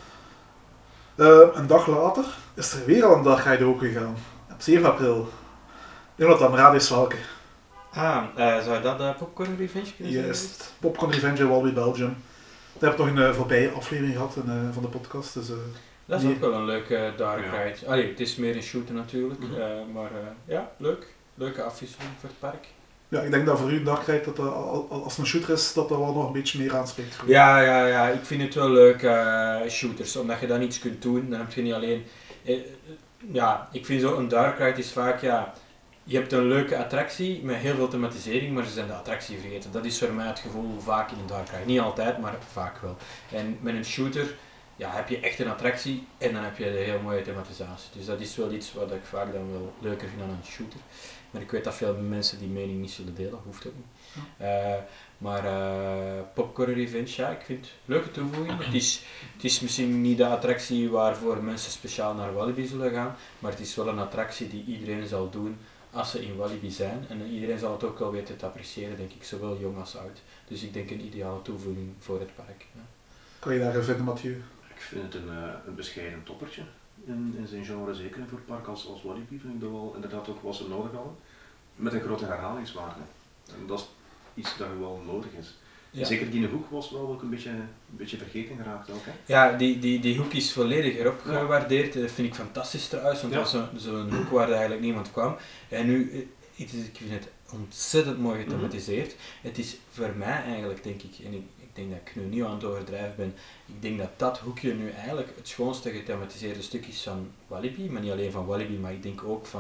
uh, een dag later is er weer al een darkride ook gegaan. Op zeven april. Jonathan, raad eens welke. Ah, uh, zou dat uh, Popcorn Revenge kunnen zijn? Juist, Popcorn Revenge in Walibi Belgium. Dat heb ik nog een uh, voorbije aflevering gehad in, uh, van de podcast. Dus, uh, dat is nee. ook wel een leuke darkride. Ja. Allee, het is meer een shooter natuurlijk, mm-hmm. uh, maar uh, ja, leuk. Leuke afwisseling voor het park. Ja, ik denk dat voor u een darkride, dat dat, als het een shooter is, dat dat wel nog een beetje meer aanspreekt. Voor ja, ja, ja, ik vind het wel leuk, uh, shooters, omdat je dan iets kunt doen. Dan heb je niet alleen... Eh, ja, ik vind zo een darkride is vaak, ja... Je hebt een leuke attractie met heel veel thematisering, maar ze zijn de attractie vergeten. Dat is voor mij het gevoel vaak in een darkride. Niet altijd, maar vaak wel. En met een shooter ja, heb je echt een attractie en dan heb je een heel mooie thematisatie. Dus dat is wel iets wat ik vaak dan wel leuker vind dan een shooter. Maar ik weet dat veel mensen die mening niet zullen delen, hoeft ook niet. Uh, maar uh, Popcorn Revenge, ja, ik vind het een leuke toevoeging. Het is, het is misschien niet de attractie waarvoor mensen speciaal naar Walibi zullen gaan, maar het is wel een attractie die iedereen zal doen als ze in Walibi zijn. En iedereen zal het ook wel weten te appreciëren, denk ik, zowel jong als oud. Dus ik denk een ideale toevoeging voor het park. Ja. Kan je daarin vinden, Mathieu? Ik vind het een, uh, een bescheiden toppertje in, in zijn genre, zeker voor het park als, als Walibi vind ik dat wel inderdaad ook wat ze nodig hadden. Met een grote herhalingswaarde. En dat is iets dat wel nodig is. Ja. Zeker die hoek was wel ook een beetje, een beetje vergeten geraakt ook. Hè? Ja, die, die, die hoek is volledig erop gewaardeerd. Dat vind ik fantastisch trouwens, want ja. dat was zo'n zo hoek waar eigenlijk niemand kwam. En nu, het is, ik vind het ontzettend mooi gethematiseerd. Mm-hmm. Het is voor mij eigenlijk, denk ik, en ik, ik denk dat ik nu niet aan het overdrijven ben, ik denk dat dat hoekje nu eigenlijk het schoonste gethematiseerde stuk is van Walibi. Maar niet alleen van Walibi, maar ik denk ook van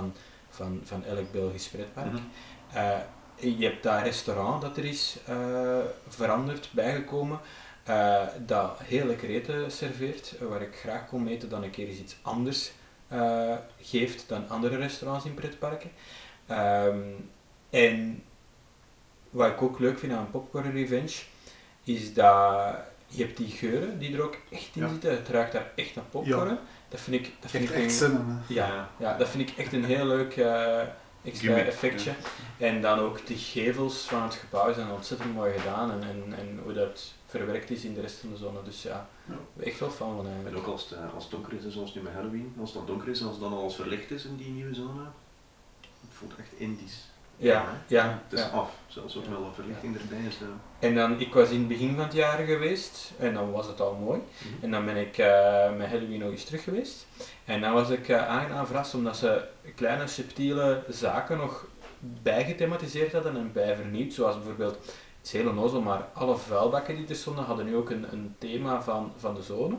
van, van elk Belgisch pretpark. Mm-hmm. Uh, je hebt dat restaurant dat er is uh, veranderd, bijgekomen, uh, dat heel lekker eten serveert, waar ik graag kom eten, dan een keer eens iets anders uh, geeft dan andere restaurants in pretparken. Um, en wat ik ook leuk vind aan Popcorn Revenge, is dat je hebt die geuren die er ook echt in ja. zitten. Het ruikt daar echt naar popcorn. Ja. Dat vind ik, dat vind echt ik echt zin, ja, ja, dat vind ik echt een heel leuk uh, extra effectje. Ja. En dan ook die gevels van het gebouw zijn ontzettend mooi gedaan en, en, en hoe dat verwerkt is in de rest van de zone. Dus ja, ja. echt wel fan van eigenlijk. En ook als het, als het donker is, zoals nu met Halloween, als het dan donker is en als het dan alles verlicht is in die nieuwe zone, het voelt echt Indisch. Ja, ja, ja. Het is ja. af, zelfs ook wel wat verlichting ja. erbij is. Ja. En dan, ik was in het begin van het jaar geweest en dan was het al mooi. Mm-hmm. En dan ben ik uh, met Halloween nog eens terug geweest. En dan was ik uh, aangenaam verrast omdat ze kleine subtiele zaken nog bijgethematiseerd hadden en bijvernieuwd. Zoals bijvoorbeeld, het is heel onnozel, maar alle vuilbakken die er stonden hadden nu ook een, een thema van, van de zone.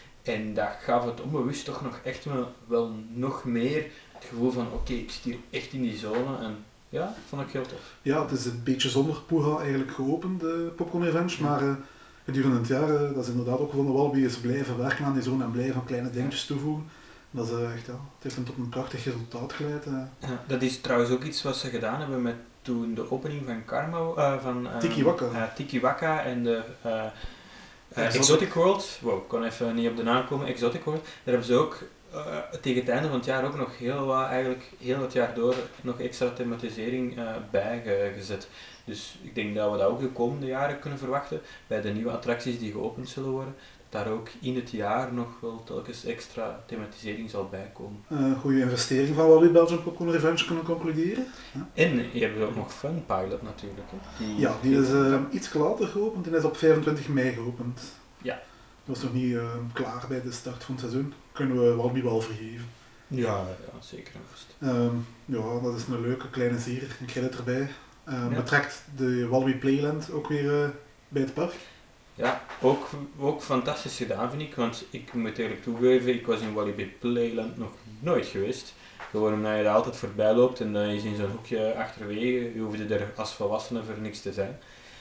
En dat gaf het onbewust toch nog echt wel, wel nog meer het gevoel van oké, okay, ik zit hier echt in die zone. En, ja, vond ik heel tof. Ja, het is een beetje zonder Poeha eigenlijk geopend, de Popcorn Revenge, maar uh, gedurende het jaar, uh, dat is inderdaad ook van de Walibi is blijven werken aan die zone en blijven kleine dingetjes toevoegen. Dat is uh, echt, ja, het heeft hem tot een prachtig resultaat geleid. Uh. Ja, dat is trouwens ook iets wat ze gedaan hebben met toen de opening van Karma, uh, van uh, Tiki Waka. Uh, Tiki Waka en de uh, uh, Exotic. Exotic World. Wow, ik kon even niet op de naam komen, Exotic World. Daar hebben ze ook Uh, tegen het einde van het jaar ook nog heel wat, eigenlijk heel het jaar door, nog extra thematisering uh, bijgezet. Dus ik denk dat we dat ook de komende jaren kunnen verwachten, bij de nieuwe attracties die geopend zullen worden, dat daar ook in het jaar nog wel telkens extra thematisering zal bijkomen. Een uh, goede investering van Walibi Belgium Popcorn Revenge kunnen concluderen. Ja. En je hebt ook nog Fun Pilot natuurlijk. Hè? Die, ja, die is uh, iets later geopend, die is op vijfentwintig mei geopend. Ja. Dat was nog niet uh, klaar bij de start van het seizoen. Kunnen we Walibi wel vergeven. Ja, ja zeker en vast. Um, ja, dat is een leuke kleine zier, een credit erbij. Um, ja. Betrekt de Walibi Playland ook weer uh, bij het park. Ja, ook, ook fantastisch gedaan vind ik, want ik moet eerlijk toegeven, ik was in Walibi Playland nog nooit geweest. Gewoon omdat je daar altijd voorbij loopt en dan is in zo'n hoekje achterwege, je hoefde er als volwassene voor niks te zijn.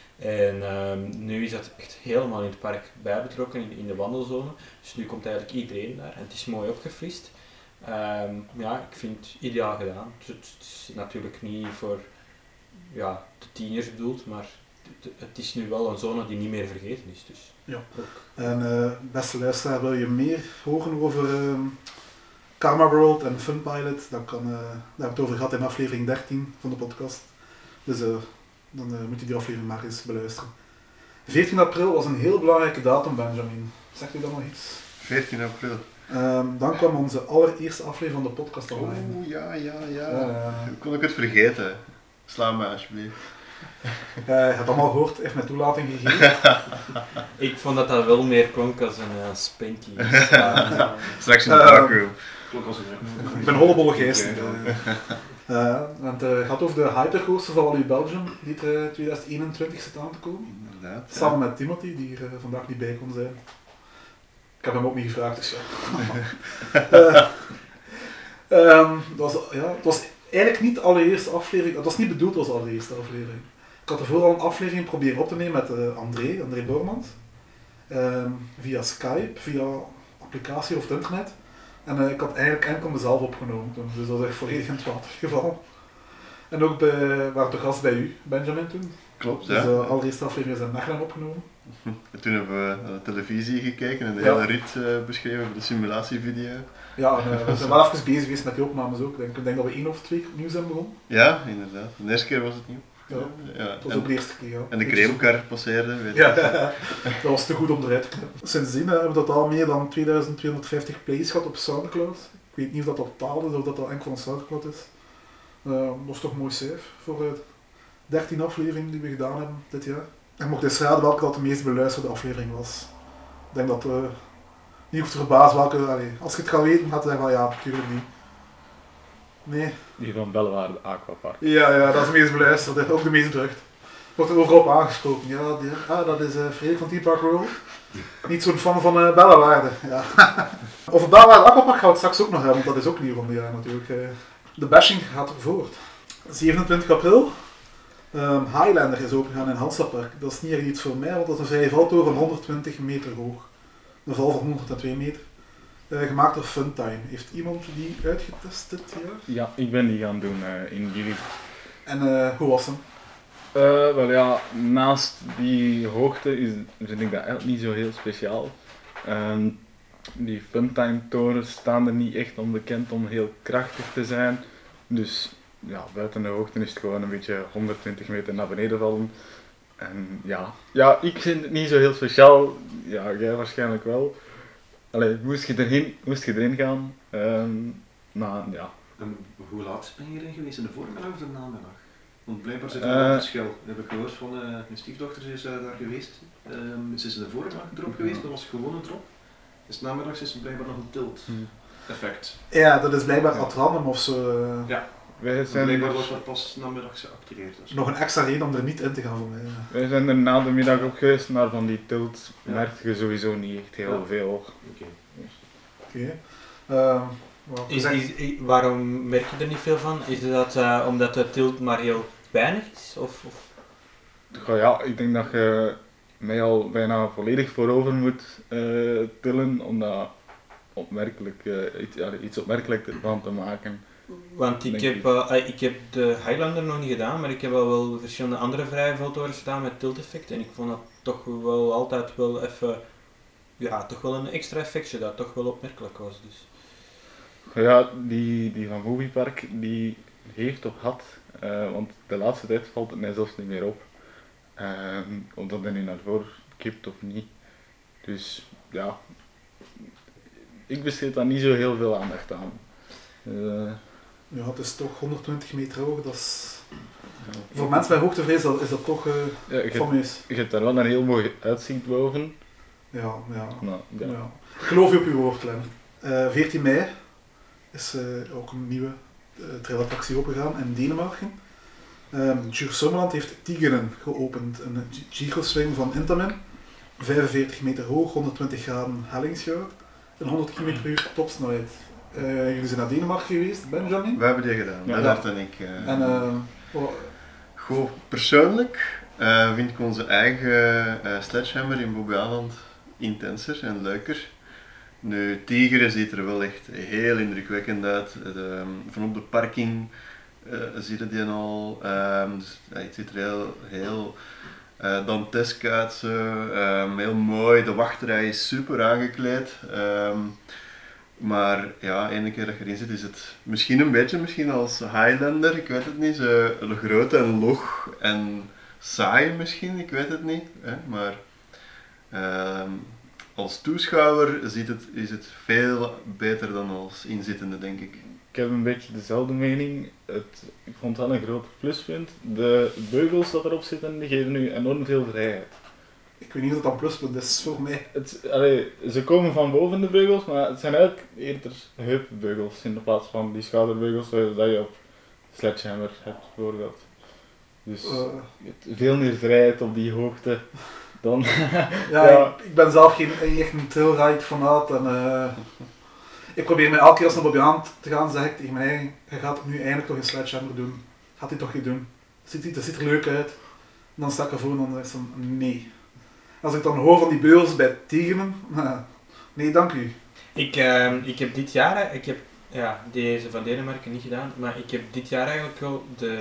En um, nu is dat echt helemaal in het park bijbetrokken, in, in de wandelzone. Dus nu komt eigenlijk iedereen daar en het is mooi opgefrist. Um, ja, ik vind het ideaal gedaan. Het, het is natuurlijk niet voor ja, de tieners bedoeld, maar het, het is nu wel een zone die niet meer vergeten is. Dus. Ja. En uh, beste luisteraar, wil je meer horen over um, Karma World en Fun Pilot? Dan kan, uh, daar hebben we het over gehad in aflevering dertien van de podcast. Dus uh, dan uh, moet je die aflevering maar eens beluisteren. veertien april was een heel belangrijke datum, Benjamin. Zegt u dan nog iets? veertien april. Um, dan kwam onze allereerste aflevering van de podcast online. Oeh, ja, ja, ja. Uh, Hoe kon ik het vergeten? Sla me alsjeblieft. Uh, je hebt het allemaal gehoord, heeft mij toelating gegeven. Ik vond dat dat wel meer klonk als een uh, spanky. Straks in de darkroom. Klonk als een... Ik ben hollebolle geest. Uh, het uh, gaat over de Hypercoaster van Walibi Belgium, die er twintig eenentwintig zit aan te komen. Inderdaad. Samen ja. met Timothy, die er uh, vandaag niet bij kon zijn. Ik heb hem ook niet gevraagd, dus ja. uh, um, dat was, ja, het was eigenlijk niet de allereerste aflevering, het was niet bedoeld als de allereerste aflevering. Ik had ervoor al een aflevering proberen op te nemen met uh, André, André Bormans. Um, via Skype, via applicatie of het internet. En uh, ik had eigenlijk enkel mezelf opgenomen toen, dus dat was echt volledig in het water gevallen. En ook bij, waren de gast bij u, Benjamin, toen. Klopt, dus, ja. Dus de uh, allereerste aflevering is in Mechelen opgenomen. En toen hebben we naar de televisie gekeken en de ja. hele rit uh, beschreven voor de simulatievideo. Ja, en, uh, we zijn wel even bezig geweest met die opnames ook. Ik denk, ik denk dat we één of twee keer opnieuw zijn begonnen. Ja, inderdaad. De eerste keer was het nieuw. Ja, ja. dat was en, ook de eerste keer. Ja. En de cremekar passeerde. Weet ja, dat was te goed om eruit te knippen. Sindsdien uh, hebben we totaal meer dan tweeduizend tweehonderdvijftig plays gehad op Soundcloud. Ik weet niet of dat totaal is of dat dat enkel van Soundcloud is. Uh, dat is toch een mooi cijfer voor de uh, dertien afleveringen die we gedaan hebben dit jaar. En mocht eens raden welke dat de meest beluisterde aflevering was. Ik denk dat uh, niet hoeft te verbazen welke, allee, als je het gaat weten gaat je zeggen van ja, natuurlijk niet. Nee. Die van Bellewaarde Aquapark. Ja, ja, dat is de meest beluisterde, ook de meest drukt. Wordt er overal op aangesproken. Ja, die, ah, dat is uh, Frederik van Theme Park World. Niet zo'n fan van uh, Bellewaarde. Ja. Over Bellewaarde Aquapark gaan we het straks ook nog hebben, want dat is ook nieuw van dit jaar natuurlijk. Uh. De bashing gaat voort. zevenentwintig april. Um, Highlander is opengegaan in Hansapark. Dat is niet echt iets voor mij, want dat is een vrije valtoren van honderdtwintig meter hoog. Een val van honderdtwee meter. Uh, gemaakt door Funtime. Heeft iemand die uitgetest dit jaar? Ja, ik ben die gaan doen uh, in juli. En uh, hoe was hem? Uh, wel ja, naast die hoogte is, vind ik dat eigenlijk niet zo heel speciaal. Um, die Funtime torens staan er niet echt onbekend om heel krachtig te zijn. Dus ja, buiten de hoogte is het gewoon een beetje honderdtwintig meter naar beneden vallen. En ja, ja, ik vind het niet zo heel speciaal. Ja, jij waarschijnlijk wel. Allee, moest je erin, moest je erin gaan? Um, nou ja. En hoe laat ben je erin geweest? In de voormiddag of de namiddag? Want blijkbaar zit er Uh, wel een verschil. Dat heb ik gehoord van uh, mijn stiefdochter, ze is uh, daar geweest. Um, ze is in de voormiddag drop geweest, dat was gewoon een drop. Dus namiddags is er blijkbaar nog een tilt Hmm. effect. Ja, dat is blijkbaar at random of zo. Uh, Ja. Wij zijn blijkbaar er, wordt dat pas namiddags geactiveerd. Dus. nog een extra reden om er niet in te gaan voor mij. wij zijn er na de middag op geweest, maar van die tilt merk je sowieso niet echt heel Ja. veel. Oké. Oké. Okay. Uh, Is, is, is, waarom merk je er niet veel van? Is dat uh, omdat de tilt maar heel weinig is? Of, of? Goh, ja, ik denk dat je mij al bijna volledig voorover moet uh, tillen om dat opmerkelijk, uh, iets, ja, iets opmerkelijk van te maken. Want ik Denk heb, ik. uh, ik heb de Highlander nog niet gedaan, maar ik heb al wel verschillende andere vrije veldtorens gedaan met tilt effect. En ik vond dat toch wel altijd wel even, ja, toch wel een extra effectje dat toch wel opmerkelijk was. Dus. Goh, ja, die, die van Moviepark, die heeft of had, uh, want de laatste tijd valt het mij zelfs niet meer op. Uh, of dat er nu naar voren kipt of niet. Dus ja, ik besteed daar niet zo heel veel aandacht aan. Uh, Ja, het is toch honderdtwintig meter hoog, dat is... Voor mensen bij hoogtevrees dat, is dat toch uh, ja, je, fameus. je hebt daar wel een heel mooi uitzicht boven. Ja, ja. Nou, ja. ja. Ik geloof je op uw woord, Len. Uh, veertien mei is uh, ook een nieuwe uh, trailattractie opengegaan in Denemarken. Um, Jur Sommerland heeft Tigeren geopend, een gyroswing van Intamin. vijfenveertig meter hoog, honderdtwintig graden hellingsgraad en honderd kilometer per uur topsnelheid. Uh, jullie zijn naar Denemarken geweest, Benjamin? We hebben die gedaan, Ja. Lennart en ik. Uh, En, uh, oh, Goh, persoonlijk uh, vind ik onze eigen uh, sledgehammer in Bobbejaanland intenser en leuker. Nu, Tigeren ziet er wel echt heel indrukwekkend uit. De, van op de parking uh, zie je die al. Um, dus, ja, het ziet er heel, heel uh, dantesk uit. Zo. Um, heel mooi, de wachtrij is super aangekleed. Um, Maar ja, ene keer dat je erin zit is het misschien een beetje misschien als Highlander, ik weet het niet, zo groot en log en saai misschien, ik weet het niet. Hè? Maar uh, als toeschouwer ziet het, is het veel beter dan als inzittende, denk ik. Ik heb een beetje dezelfde mening. Het, ik vond het wel een groot pluspunt. De beugels dat erop zitten, die geven nu enorm veel vrijheid. ik weet niet of dat een pluspunt is voor mij. Het, allee, ze komen van boven de beugels, maar het zijn eigenlijk eerder heupbeugels in de plaats van die schouderbeugels dat je op sledgehammer hebt bijvoorbeeld. Dus Uh, je hebt veel meer vrijheid op die hoogte dan... ja, Ja. Ik, ik ben zelf geen echt een trailride fanaat en uh, ik probeer mij elke keer als naar Bobbejaanland te gaan, zeg ik tegen mijn eigen, je gaat het nu eindelijk toch een sledgehammer doen. Gaat hij toch niet doen? Het ziet, het ziet er leuk uit. En dan sta ik ervoor en dan is het van, nee. Als ik dan hoor van die beugels bij Tigenen, uh, nee dank u. Ik, uh, ik heb dit jaar, ik heb ja, deze van Denemarken niet gedaan, maar ik heb dit jaar eigenlijk wel de...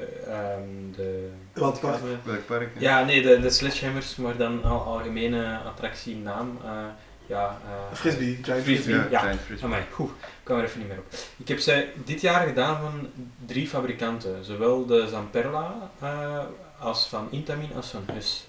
Um, de Wat park? Welk park? hè? Ja, nee, de, de sledgehammers, maar dan al algemene attractienaam. Uh, ja, uh, Frisbee, Giant Frisbee. Frisbee. Ja. Giant Frisbee. Amai, goed, ik kwam er even niet meer op. Ik heb ze dit jaar gedaan van drie fabrikanten, zowel de Zamperla uh, als van Intamin als van Hus.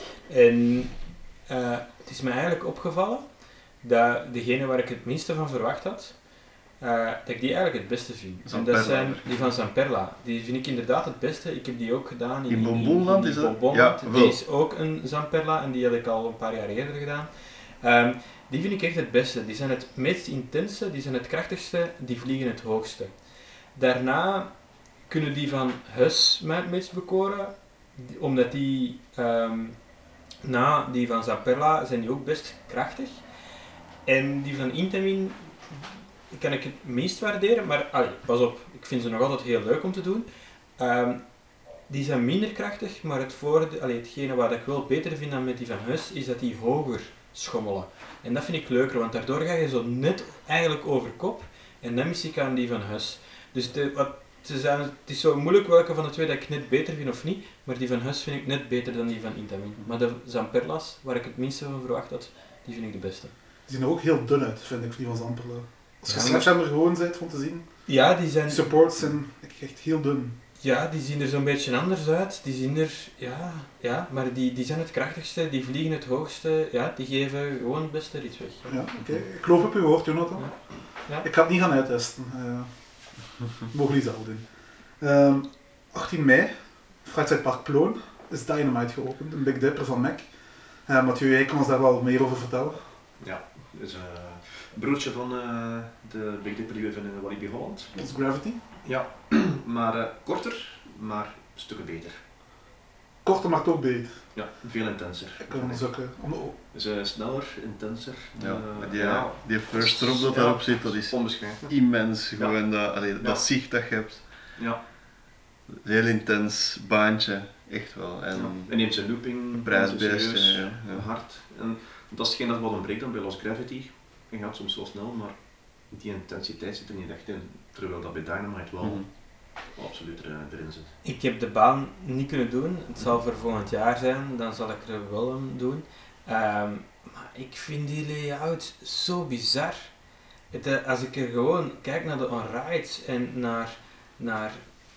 En uh, het is mij eigenlijk opgevallen dat degene waar ik het minste van verwacht had, uh, dat ik die eigenlijk het beste vind. En Zamperla. dat zijn die van Zamperla. Die vind ik inderdaad het beste. Ik heb die ook gedaan in, In Bonbonland in is dat? Bonbonland. Ja, die wel. is ook een Zamperla en die had ik al een paar jaar eerder gedaan. Um, die vind ik echt het beste. Die zijn het meest intense, die zijn het krachtigste, die vliegen het hoogste. Daarna kunnen die van Hus mij het meest bekoren, omdat die um, na die van Zamperla zijn die ook best krachtig. En die van Intamin kan ik het meest waarderen, maar allee, pas op, ik vind ze nog altijd heel leuk om te doen. Um, die zijn minder krachtig, maar het voorde, allee, hetgene wat ik wel beter vind dan met die van Huss, is dat die hoger schommelen. En dat vind ik leuker, want daardoor ga je zo net eigenlijk over kop en dan mis ik aan die van Huss. Dus de, wat, ze zijn, het is zo moeilijk welke van de twee dat ik net beter vind of niet, maar die van Huss vind ik net beter dan die van Intamin. Maar de Zamperla's, waar ik het minste van verwacht had, die vind ik de beste. Die zien er ook heel dun uit, vind ik, die van Zamperla. Als je Ja, Sledgehammer gewoon bent om te zien, Ja, die zijn... supports zijn echt heel dun. Ja, die zien er zo'n beetje anders uit. Die zien er, ja, ja maar die, die zijn het krachtigste, die vliegen het hoogste. Ja, die geven gewoon het beste iets weg. Ja, oké. Okay. Ik geloof op uw woord, Jonathan. Ja. Ja. Ik ga het niet gaan uittesten. Uh, mogen jullie zelf doen. Um, achttien mei, Fruitside Park Ploon, is Dynamite geopend, een Big Dipper van Mac. Uh, Mathieu, jij kan ons daar wel meer over vertellen. Ja, het is uh, een broertje van uh, de Big Dipper die we vinden in Walibi Holland. Dat is Gravity. Ja, maar uh, korter, maar stukken beter. Korter maakt ook beter. Ja, veel intenser. Ik kan ons ook... Uh, om... Dus uh, sneller, intenser. Ja, uh, die, ja, die first drop dat ja, daarop zit, dat is onbeschrijfelijk. immens. Ja. Gewoon dat, allee, Ja. dat zicht dat je hebt. Ja. Heel intens baantje, echt wel. En Ja. En neemt zijn looping, prijsbeest, serieus, ja, ja. hard. En dat is hetgeen dat wat ontbreekt dan bij Lost Gravity. Je gaat soms wel snel, maar die intensiteit zit er niet echt in. Terwijl dat bij Dynamite wel Mhm. absoluut er, erin zit. Ik heb de baan niet kunnen doen. Het zal voor volgend jaar zijn, dan zal ik er wel een doen. Um, maar ik vind die layout zo bizar. Het, uh, als ik er gewoon kijk naar de on-rides en naar, naar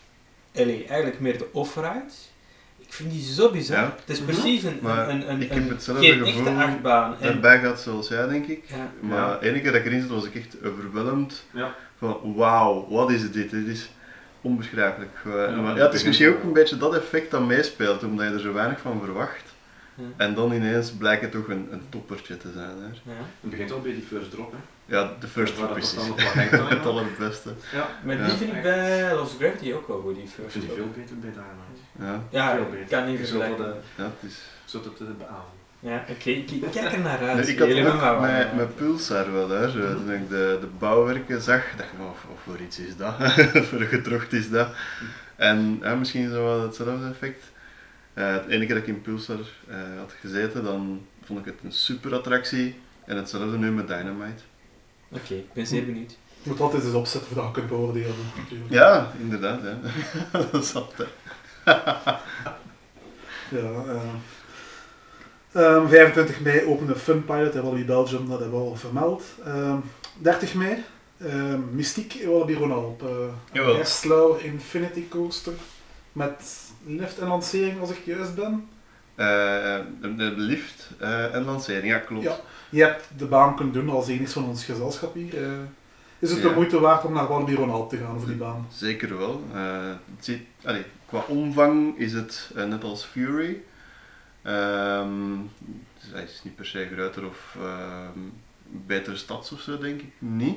allee, eigenlijk meer de off-rides, ik vind die zo bizar. Ja. Het is precies een, Maar een, een, ik een, heb hetzelfde geen gevoel echte achtbaan. En, daarbij gaat zoals jij, denk ik. ja. Maar Ja. de ene keer dat ik erin zat, was ik echt overweldigd. Ja. Van wauw, wat is dit? Dit is onbeschrijpelijk. Uh, Ja, maar, het ja, het is begint misschien ook wel. een beetje dat effect dat meespeelt, omdat je er zo weinig van verwacht. Ja. En dan ineens blijkt het toch een, een toppertje te zijn. Hè. Ja. Het begint al bij die first drop. Hè. Ja, de first Waar drop dat is dan nog wat hangt aan, het ja. allerbeste. Ja. Maar die Ja. vind ik bij Lost Gravity ook wel goed, die Ik first vind die drop. veel beter bij Dynamite. Ja, Ja, Veel ik beter. kan niet Je zult vergelijken. dat, uh, ja, het is... zult het uh, beamen. Ja, oké, okay. ik, ik kijk er naar uit. Nee, ik had Jullie ook gaan maar met, wel, met Pulsar wel, hè, zo, toen ik de, de bouwwerken zag, dacht ik, of, of voor iets is dat, voor gedrocht is dat. En ja, misschien zo wel hetzelfde effect. Uh, het enige keer dat ik in Pulsar uh, had gezeten, dan vond ik het een super attractie. En hetzelfde nu met Dynamite. Oké, okay, ik ben zeer benieuwd. Je moet altijd eens opzetten voordat je kunt beoordelen. Natuurlijk. Ja, inderdaad. Ja. Dat is altijd. Ja, uh, um, vijfentwintig mei opende Funpilot in Walibi Belgium, dat hebben we al vermeld. Um, dertig mei, um, Mystiek in Walibi Ronalp. Uh, een Slauer Infinity Coaster met lift en lancering, als ik juist ben. Uh, de, de lift uh, en lancering, ja klopt. Ja, je hebt de baan kunnen doen als enigst van ons gezelschap hier. Uh, is het ja. de moeite waard om naar Walibi Ronalp te gaan voor die baan? Zeker wel. Uh, het zit, allee, qua omvang is het uh, net als Fury. Um, dus hij is niet per se groter of um, betere stads of zo, denk ik niet.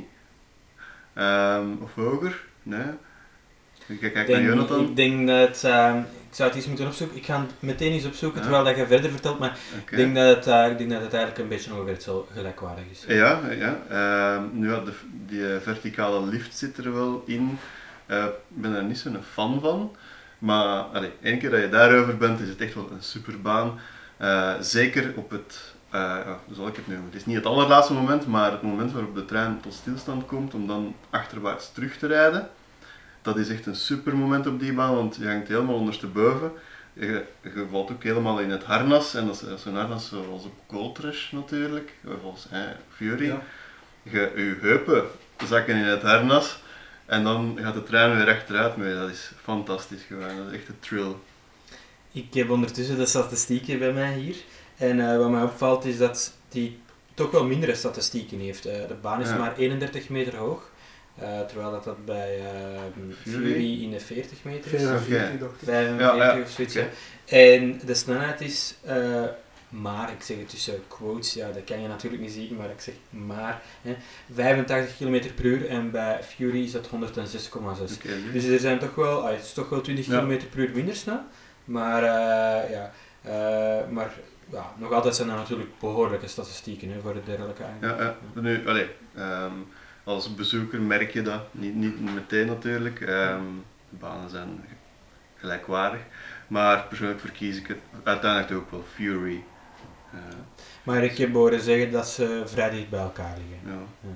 Um, of hoger, nee. Ik kijk denk, naar Jonathan. Ik denk dat, uh, ik zou het eens moeten opzoeken, ik ga het meteen eens opzoeken Ja. terwijl dat je verder vertelt, maar Okay. ik, denk dat het, uh, ik denk dat het eigenlijk een beetje ongeveer zo gelijkwaardig is. Ja, ja. Um, nu, ja de, die verticale lift zit er wel in. Uh, ik ben er niet zo'n fan van. Maar allee, één keer dat je daarover bent, is het echt wel een superbaan. Uh, zeker op het, uh, ja, hoe zal ik het noemen? Het is niet het allerlaatste moment, maar het moment waarop de trein tot stilstand komt om dan achterwaarts terug te rijden. Dat is echt een super moment op die baan, want je hangt helemaal ondersteboven. Je, je valt ook helemaal in het harnas, en dat is zo'n harnas zoals op Gold Rush natuurlijk, of als eh, Fury. Ja. Je, je heupen zakken in het harnas. En dan gaat de trein weer achteruit mee. Dat is fantastisch gewoon. Dat is echt een thrill. Ik heb ondertussen de statistieken bij mij hier. En uh, wat mij opvalt is dat die toch wel mindere statistieken heeft. Uh, de baan is Ja. maar eenendertig meter hoog. Uh, terwijl dat, dat bij uh, Fury in de veertig meter is. vijfenveertig, Oké. dacht ik. vijfenveertig Ja, ja. of zoiets. Oké. Ja. En de snelheid is uh, maar, ik zeg het tussen quotes, ja, dat kan je natuurlijk niet zien, maar ik zeg maar, hè, vijfentachtig kilometer per uur en bij Fury is dat honderdzes komma zes. Okay, Dus er zijn toch wel, ah, het is toch wel twintig Ja. kilometer per uur minder snel, maar, uh, ja, uh, maar ja, nog altijd zijn er natuurlijk behoorlijke statistieken hè, voor de dergelijke ja, ja. Nu, allee, um, als bezoeker merk je dat, niet, niet meteen natuurlijk. Um, de banen zijn gelijkwaardig, maar persoonlijk verkies ik het uiteindelijk ook wel Fury. Uh, maar ik heb horen zeggen dat ze vrij dicht bij elkaar liggen. Ja. Ja.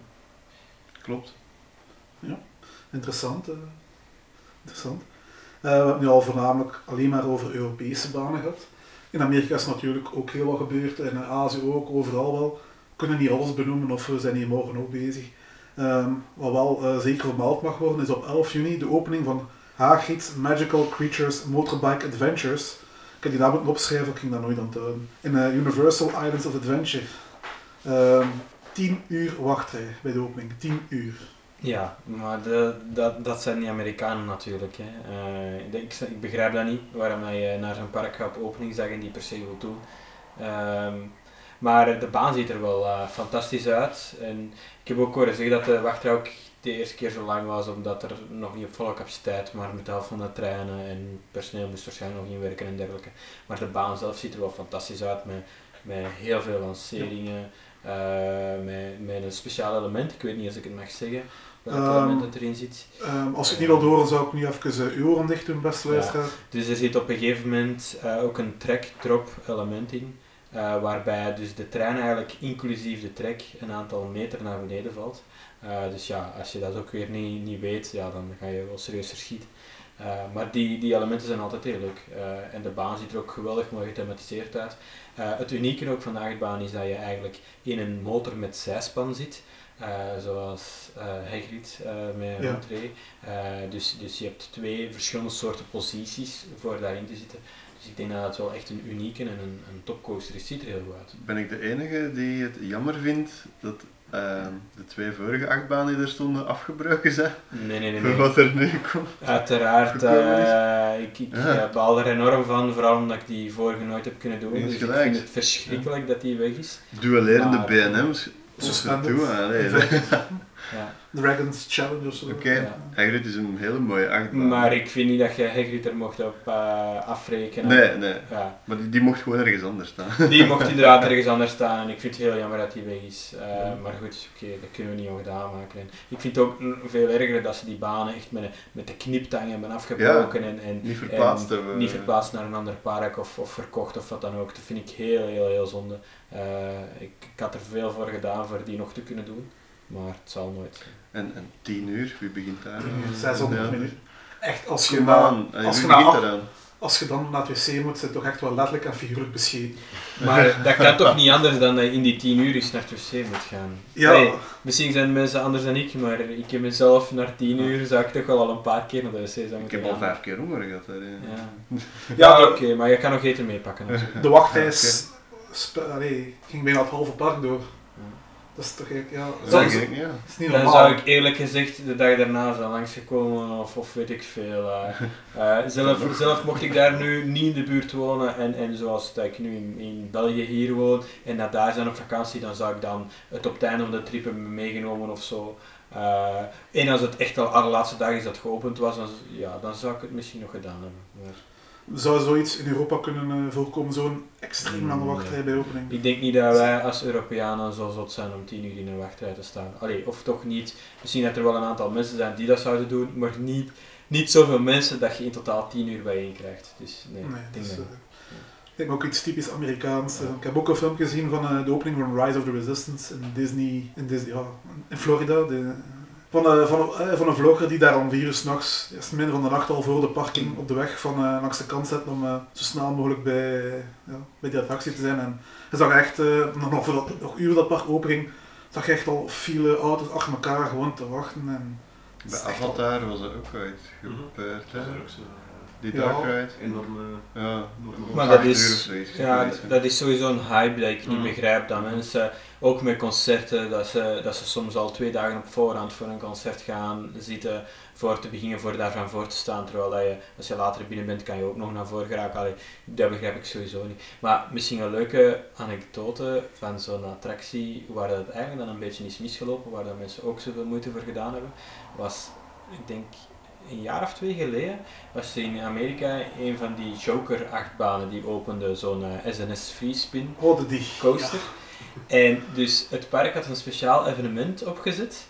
Klopt. Ja, interessant. Uh, interessant. Uh, we hebben nu al voornamelijk alleen maar over Europese banen gehad. In Amerika is natuurlijk ook heel wat gebeurd, in Azië ook, overal wel. We kunnen niet alles benoemen of we zijn hier morgen ook bezig. Um, wat wel uh, zeker vermeld mag worden is op elf juni de opening van Hagrid's Magical Creatures Motorbike Adventures. Ik heb die naam moeten opschrijven, ik ging dat nooit aan het houden. In uh, Universal Islands of Adventure. Um, tien uur wachtrij bij de opening, tien uur. Ja, maar de, dat, dat zijn die Amerikanen natuurlijk. Hè. Uh, ik, ik begrijp dat niet, waarom je naar zo'n park gaat op openingsdag en die per se wil doen. Um, maar de baan ziet er wel uh, fantastisch uit. En ik heb ook horen zeggen dat de wachtrij ook de eerste keer zo lang was, omdat er nog niet op volle capaciteit, maar met de helft van de treinen en personeel moest waarschijnlijk nog inwerken en dergelijke. Maar de baan zelf ziet er wel fantastisch uit, met, met heel veel lanceringen, uh, met, met een speciaal element, ik weet niet als ik het mag zeggen. Welk um, element dat erin zit. Um, als je het niet wil horen, zou ik nu even uh, uw oren dicht doen, beste luisteraar. Ja, dus er zit op een gegeven moment uh, ook een track-drop element in, uh, waarbij dus de trein eigenlijk inclusief de track een aantal meter naar beneden valt. Uh, dus ja, als je dat ook weer niet, niet weet, ja, dan ga je wel serieus verschieten. Uh, maar die, die elementen zijn altijd heel leuk. Uh, en de baan ziet er ook geweldig mooi gethematiseerd uit. Uh, het unieke ook van de achtbaan is dat je eigenlijk in een motor met zijspan zit. Uh, zoals uh, Hagrid uh, met ja. entree. Uh, dus, dus je hebt twee verschillende soorten posities voor daarin te zitten. Dus ik denk dat het wel echt een unieke en een, een topcoaster is. Het ziet er heel goed uit. Ben ik de enige die het jammer vindt dat uh, de twee vorige achtbanen die er stonden afgebroken zijn? Nee, nee, nee. Voor nee. wat er nu komt? Uiteraard. Uh, ik ik ja. uh, baal er enorm van, vooral omdat ik die vorige nooit heb kunnen doen. Eens Dus gelijk. ik vind het verschrikkelijk ja. dat die weg is. Duellerende maar, B en M's. Suspended. Ja. Dragons Challenge of zo. Oké, okay. ja. Hagrid is een hele mooie achtbaan. Maar ik vind niet dat je Hagrid er mocht op uh, afrekenen. Nee, nee. Ja. Maar die, die mocht gewoon ergens anders staan. Die mocht inderdaad ergens anders staan en ik vind het heel jammer dat die weg is. Uh, ja. Maar goed, oké, okay, dat kunnen we niet ongedaan maken. En ik vind het ook veel erger dat ze die banen echt met, met de kniptang hebben afgebroken ja, en, en niet verplaatst en hebben. Niet verplaatst naar een ander park of, of verkocht of wat dan ook. Dat vind ik heel, heel, heel zonde. Uh, ik, ik had er veel voor gedaan voor die nog te kunnen doen, maar het zal nooit zijn. En, en tien uur, wie begint daar? zeshonderd minuten. Echt, als je, Come na, on. als, je wie begint na, eraan? als je dan naar het wc moet, zit toch echt wel letterlijk en figuurlijk bescheten. Maar dat kan toch niet anders dan dat je in die tien uur eens naar het wc moet gaan. Ja. Nee, misschien zijn mensen anders dan ik, maar ik heb mezelf naar tien uur zou ik toch wel al een paar keer naar de wc zijn moeten Ik heb gaan. al vijf keer honger gehad daar. Ja, ja, ja oké, okay, maar je kan nog eten meepakken natuurlijk. De wachtijs allee, ging bijna het halve park door. Dat is toch echt, ja. Dat, dat is, is, ja. is niet Dan normaal. zou ik eerlijk gezegd de dag daarna zijn langsgekomen of, of weet ik veel. Uh, uh, zelf, zelf mocht ik daar nu niet in de buurt wonen en, en zoals dat ik nu in, in België hier woon en naar daar zijn op vakantie, dan zou ik dan het op het einde van de trip hebben meegenomen of zo. Uh, en als het echt al de allerlaatste dag is dat geopend was, dan, ja, dan zou ik het misschien nog gedaan hebben. Maar... Zou zoiets in Europa kunnen uh, voorkomen, zo'n extreem lange wachtrij bij opening? Ik denk niet dat wij als Europeanen zo zot zijn om tien uur in een wachtrij te staan. Allee, of toch niet. Misschien dat er wel een aantal mensen zijn die dat zouden doen, maar niet, niet zoveel mensen dat je in totaal tien uur bijeen krijgt. Dus nee, nee ik denk dus, dat uh, ik denk ook iets typisch Amerikaans. Ja. Ik heb ook een film gezien van uh, de opening van Rise of the Resistance in Disney, in, Disney, ja, in Florida. De, Van, uh, van, uh, van een vlogger die daar om vier uur s'nachts, eerst midden van de nacht al voor de parking op de weg van uh, langs de kant zet om uh, zo snel mogelijk bij, ja, bij die attractie te zijn. En je zag echt, uh, nog voor dat, nog uur dat park openging, zag je echt al file auto's achter elkaar gewoon te wachten. En bij Avatar al... was dat ook uit gebeurd, hè? Die darkride. Enorme... Ja, maar dat is, ja, dat is sowieso een hype dat ik niet mm. begrijp. Dat mensen, ook met concerten, dat ze, dat ze soms al twee dagen op voorhand voor een concert gaan zitten voor te beginnen, voor daarvan voor te staan. Terwijl dat je, als je later binnen bent, kan je ook nog naar voren geraken. Allee, dat begrijp ik sowieso niet. Maar misschien een leuke anekdote van zo'n attractie, waar dat eigenlijk dan een beetje is misgelopen, waar dat mensen ook zoveel moeite voor gedaan hebben, was, ik denk... een jaar of twee geleden was er in Amerika een van die Joker achtbanen die opende, zo'n uh, S N S Free Spin oh, die. coaster. En dus het park had een speciaal evenement opgezet.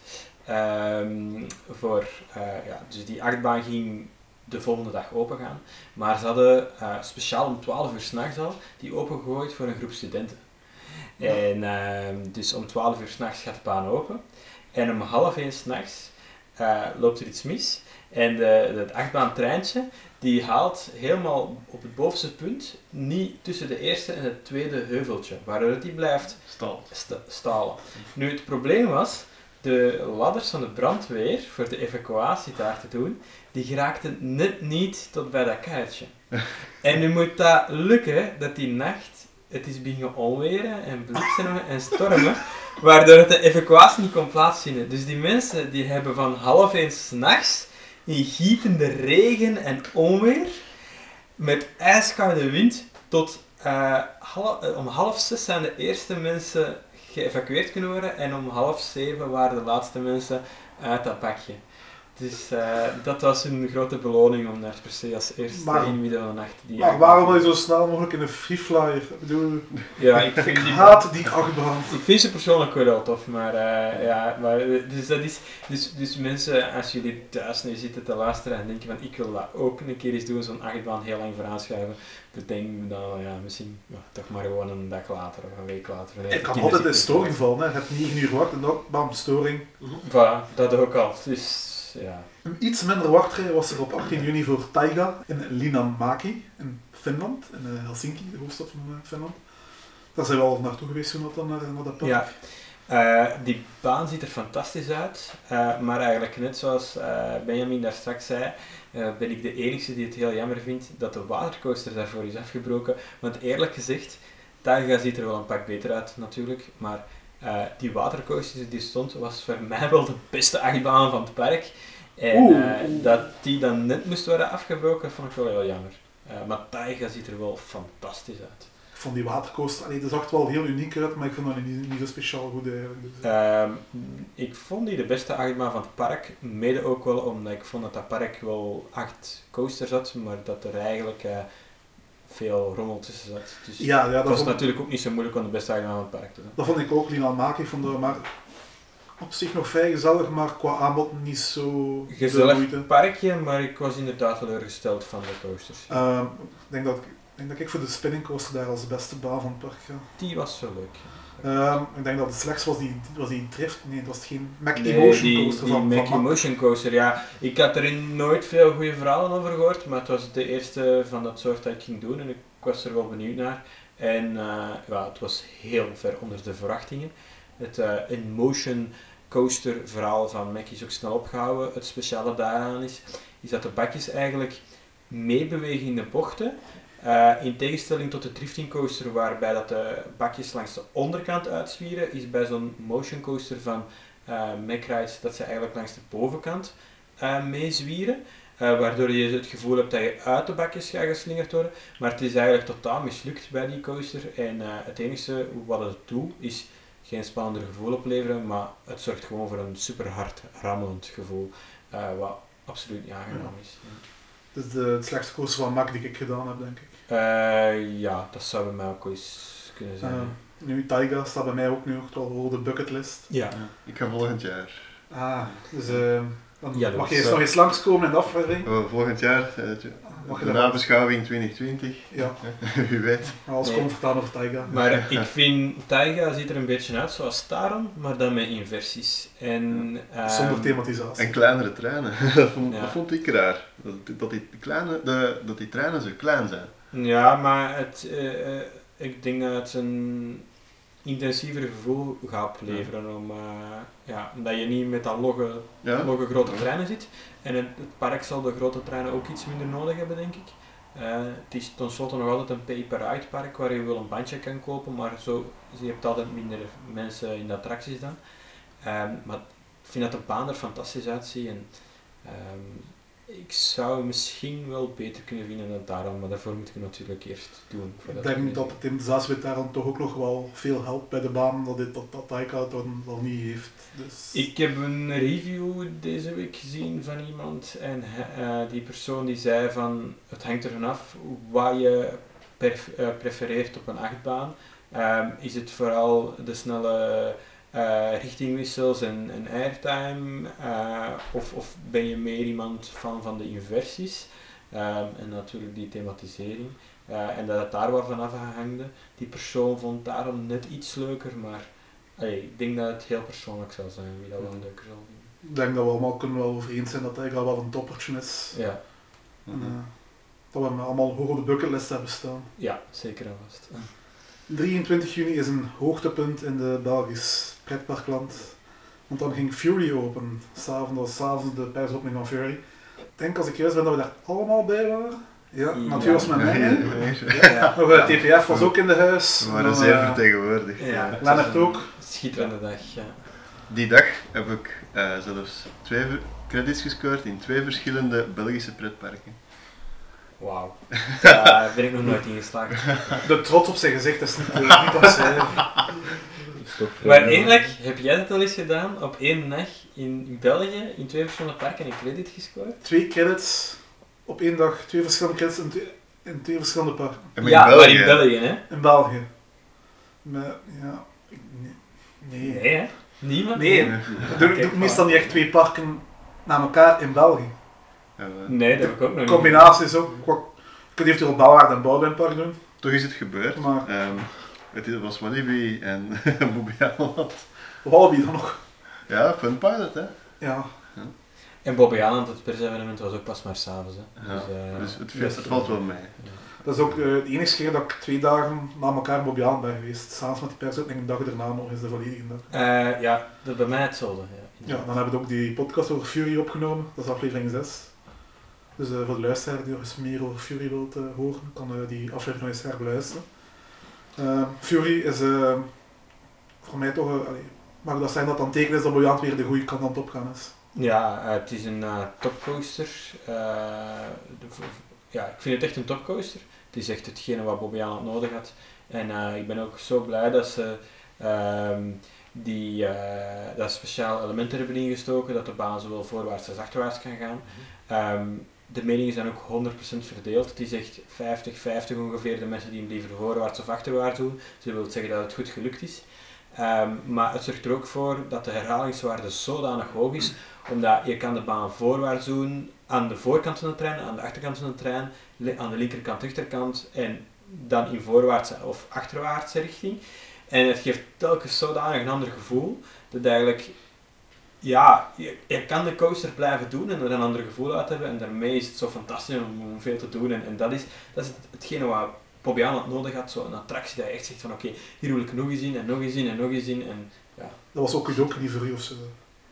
Um, voor, uh, ja, dus die achtbaan ging de volgende dag open gaan. Maar ze hadden uh, speciaal om twaalf uur 's nachts al die opengegooid voor een groep studenten. Ja. En uh, dus om twaalf uur 's nachts gaat de baan open. En om half één 's nachts uh, loopt er iets mis. En de, het achtbaantreintje die haalt helemaal op het bovenste punt, niet tussen de eerste en het tweede heuveltje, waardoor het die blijft Stal. sta, stalen. Nu, het probleem was, de ladders van de brandweer voor de evacuatie daar te doen, die geraakten net niet tot bij dat karretje. En nu moet dat lukken dat die nacht het is beginnen onweren en bliksemen en stormen, waardoor het de evacuatie niet kon plaatsvinden. Dus die mensen die hebben van half één 's nachts in gietende regen en onweer, met ijskoude wind, tot uh, half, uh, om half zes zijn de eerste mensen geëvacueerd kunnen worden en om half zeven waren de laatste mensen uit dat bakje. Dus uh, dat was een grote beloning om daar per se als eerste maar, in midden van de nacht... Die maar waarom wil je zo snel mogelijk in een free flyer? Ik bedoel, ja, ik, vind ik die, haat die achtbaan. Ik vind ze persoonlijk wel heel tof, maar uh, ja, maar, dus dat is... Dus, dus mensen, als jullie thuis nu zitten te luisteren en denken van ik wil dat ook een keer eens doen, zo'n achtbaan heel lang vooraan schuiven, bedenk dan ja, misschien ja, toch maar gewoon een dag later of een week later. Ik kan altijd in storing vallen, hè. Je hebt negen uur wacht en dan bam, storing. Voilà, dat ook al. Dus, ja. Een iets minder wachtrij was er op achttien juni voor Taiga in Linnanmäki in Finland, in Helsinki, de hoofdstad van Finland. Daar zijn we al naartoe geweest toen dat dan naar, naar dat park. Ja. Uh, die baan ziet er fantastisch uit, uh, maar eigenlijk net zoals uh, Benjamin daar straks zei, uh, ben ik de enige die het heel jammer vindt dat de watercoaster daarvoor is afgebroken. Want eerlijk gezegd, Taiga ziet er wel een pak beter uit natuurlijk, maar uh, die watercoaster die stond was voor mij wel de beste achtbaan van het park. En uh, dat die dan net moest worden afgebroken, vond ik wel heel jammer. Uh, maar Taiga ziet er wel fantastisch uit. Ik vond die watercoaster, allee, dat zag er wel heel uniek uit, maar ik vond dat niet, niet zo speciaal goed eigenlijk. Dus. Uh, ik vond die de beste achtbaan van het park, mede ook wel omdat ik vond dat dat park wel acht coasters had, maar dat er eigenlijk uh, veel rommel tussen zat. Dus ja, ja, dat was vond... natuurlijk ook niet zo moeilijk om de beste achtbaan van het park te doen. Dat vond ik ook, Linnanmäki, ik vond dat maar op zich nog vrij gezellig, maar qua aanbod niet zo gezellig parkje, maar ik was inderdaad teleurgesteld van de coasters. Uh, ik denk dat Ik denk dat ik voor de spinning coaster daar als beste baan van het park ga. Die was zo leuk. Um, ik denk dat het slechts was die, was die drift, nee het was geen Mac nee, Emotion die, coaster die van Mac van Emotion coaster, ja. Ik had er nooit veel goede verhalen over gehoord, maar het was de eerste van dat soort dat ik ging doen en ik was er wel benieuwd naar. En uh, ja, het was heel ver onder de verwachtingen. Het uh, in-motion coaster verhaal van Mac is ook snel opgehouden. Het speciale daaraan is, is dat de bakjes eigenlijk meebewegen in de bochten. Uh, in tegenstelling tot de drifting coaster waarbij dat de bakjes langs de onderkant uitzwieren, is bij zo'n motion coaster van uh, MacRides dat ze eigenlijk langs de bovenkant uh, meezwieren. Uh, waardoor je het gevoel hebt dat je uit de bakjes gaat geslingerd worden. Maar het is eigenlijk totaal mislukt bij die coaster. En uh, het enige wat het doet is geen spannender gevoel opleveren, maar het zorgt gewoon voor een super hard rammelend gevoel. Uh, wat absoluut niet aangenaam is. Dat is de, de slechtste coaster van Mac die ik gedaan heb, denk ik. Uh, ja, dat zou bij mij ook eens kunnen zijn. Uh, nu, Taiga staat bij mij ook nu nog wel op de bucketlist. Ja. Ja. Ik ga volgend jaar. Ah, dus uh, dan ja, mag je eens nog eens langskomen in de aflevering. Oh, volgend jaar, uh, mag je de nabeschouwing twintig twintig. Ja. Wie weet. Alles nee. komt vertalen over Taiga. Maar ik vind, Taiga ziet er een beetje uit zoals Taron, maar dan met inversies. En, ja. Zonder um, thematisatie. En kleinere treinen. dat, vond, ja. dat vond ik raar. Dat, dat, die kleine, de, dat die treinen zo klein zijn. Ja, maar het, uh, uh, ik denk dat het een intensiever gevoel gaat opleveren. Ja. Om, uh, ja, omdat je niet met dat logge, Ja? logge grote treinen zit. En het, het park zal de grote treinen ook iets minder nodig hebben, denk ik. Uh, het is tenslotte nog altijd een pay-per-ride park waar je wel een bandje kan kopen, maar zo, je hebt altijd minder mensen in de attracties dan. Um, maar ik vind dat de baan er fantastisch uitziet en um, ik zou misschien wel beter kunnen vinden dan Taron, maar daarvoor moet ik het natuurlijk eerst doen. Ik denk dat de thematisatie bij Taron toch ook nog wel veel helpt bij de baan, dat dit, dat, dat Taiga het dan wel niet heeft. Dus... Ik heb een review deze week gezien van iemand en uh, die persoon die zei van het hangt ervan af wat je pref- uh, prefereert op een achtbaan. Um, is het vooral de snelle uh, richtingwissels en, en airtime? Uh, of, of ben je meer iemand van, van de inversies? Um, en natuurlijk die thematisering. Uh, en dat het daar wel vanaf hangde. Die persoon vond daarom net iets leuker, maar allee, ik denk dat het heel persoonlijk zou zijn wie dat wel leuker zal vinden. Ik denk dat we allemaal kunnen wel over eens zijn dat hij wel een toppertje is. Ja. En, uh, dat we hem allemaal hoog op de bucketlist hebben staan. Ja, zeker en vast. drieëntwintig juni is een hoogtepunt in de Belgisch pretparkland. Want dan ging Fury open. S'avonds was s'avonds de persopening van Fury. Ik denk als ik juist ben dat we daar allemaal bij waren. Ja, Ja. natuurlijk was met mij. Ja, Ja, ja, ja. Nog uh, T P F was ook in de huis. We waren dan, zeer uh, vertegenwoordigd. Ja. Lennart ook. Schitterende dag, ja. Die dag heb ik uh, zelfs twee ver- credits gescoord in twee verschillende Belgische pretparken. Wauw. Daar ben ik nog nooit in geslaagd. De trots op zijn gezicht is niet, uh, niet afzijdig. Maar eigenlijk, heb jij dat al eens gedaan? Op één dag in België, in twee verschillende parken, een credit gescoord? Twee credits op één dag, twee verschillende credits in twee, in twee verschillende parken. En Ja, in maar België, in België, hè? In België. Maar, ja, ik- nee. Nee. Nee, hè? Niemand? Nee. Ik doe, doe meestal niet echt twee parken na elkaar in België. Ja, we- Nee, dat heb ik ook nog De niet. combinatie is ook, wat- je kunt eventueel Bouwaard en Boudewijnpark doen. Toch is het gebeurd. Maar- Ehm, het was Walibi en Bobbejaanland. Wallaby dan nog. Ja, Fun Pilot, hè. Ja. En Bobby Aland, het persevenement was ook pas maar s'avonds, hè. Ja, Dus, uh, dus het, het, het valt wel mee. Dat is ook uh, de enige keer dat ik twee dagen na elkaar op Bobbejaanland ben geweest. Samen met die persopening een dag erna nog eens de volledige dag. Uh, ja, dat bij mij hetzelfde. Ja, Ja, dan hebben we ook die podcast over Fury opgenomen. Dat is aflevering zes. Dus uh, voor de luisteraar die nog eens meer over Fury wilt uh, horen, kan uh, die aflevering nog eens herbeluisteren. Uh, Fury is uh, voor mij toch, uh, allee, mag ik dat zijn dat dan teken is dat Bobbejaanland weer de goede kant aan het opgaan is. Ja, uh, het is een uh, topcoaster. Uh, de, ja, ik vind het echt een topcoaster. Het is echt hetgene wat Bobby Aland nodig had. En uh, ik ben ook zo blij dat ze um, die, uh, dat speciaal elementen hebben ingestoken, dat de baan zowel voorwaarts als achterwaarts kan gaan. Um, de meningen zijn ook honderd procent verdeeld. Het is echt vijftig vijftig ongeveer de mensen die hem liever voorwaarts of achterwaarts doen. Dus dat wil zeggen dat het goed gelukt is. Um, maar het zorgt er ook voor dat de herhalingswaarde zodanig hoog is, omdat je kan de baan voorwaarts doen aan de voorkant van de trein, aan de achterkant van de trein, aan de linkerkant, rechterkant en dan in voorwaartse of achterwaartse richting. En het geeft telkens zodanig een ander gevoel, dat eigenlijk, ja, je, je kan de coaster blijven doen en er een ander gevoel uit hebben en daarmee is het zo fantastisch om, om veel te doen en, en dat is, dat is het, hetgene wat Bobby Aland nodig had, zo'n attractie dat je echt zegt van oké, okay, hier wil ik nog eens in en nog eens in en nog eens in en ja. Dat was ook een ook niet voor u of zo.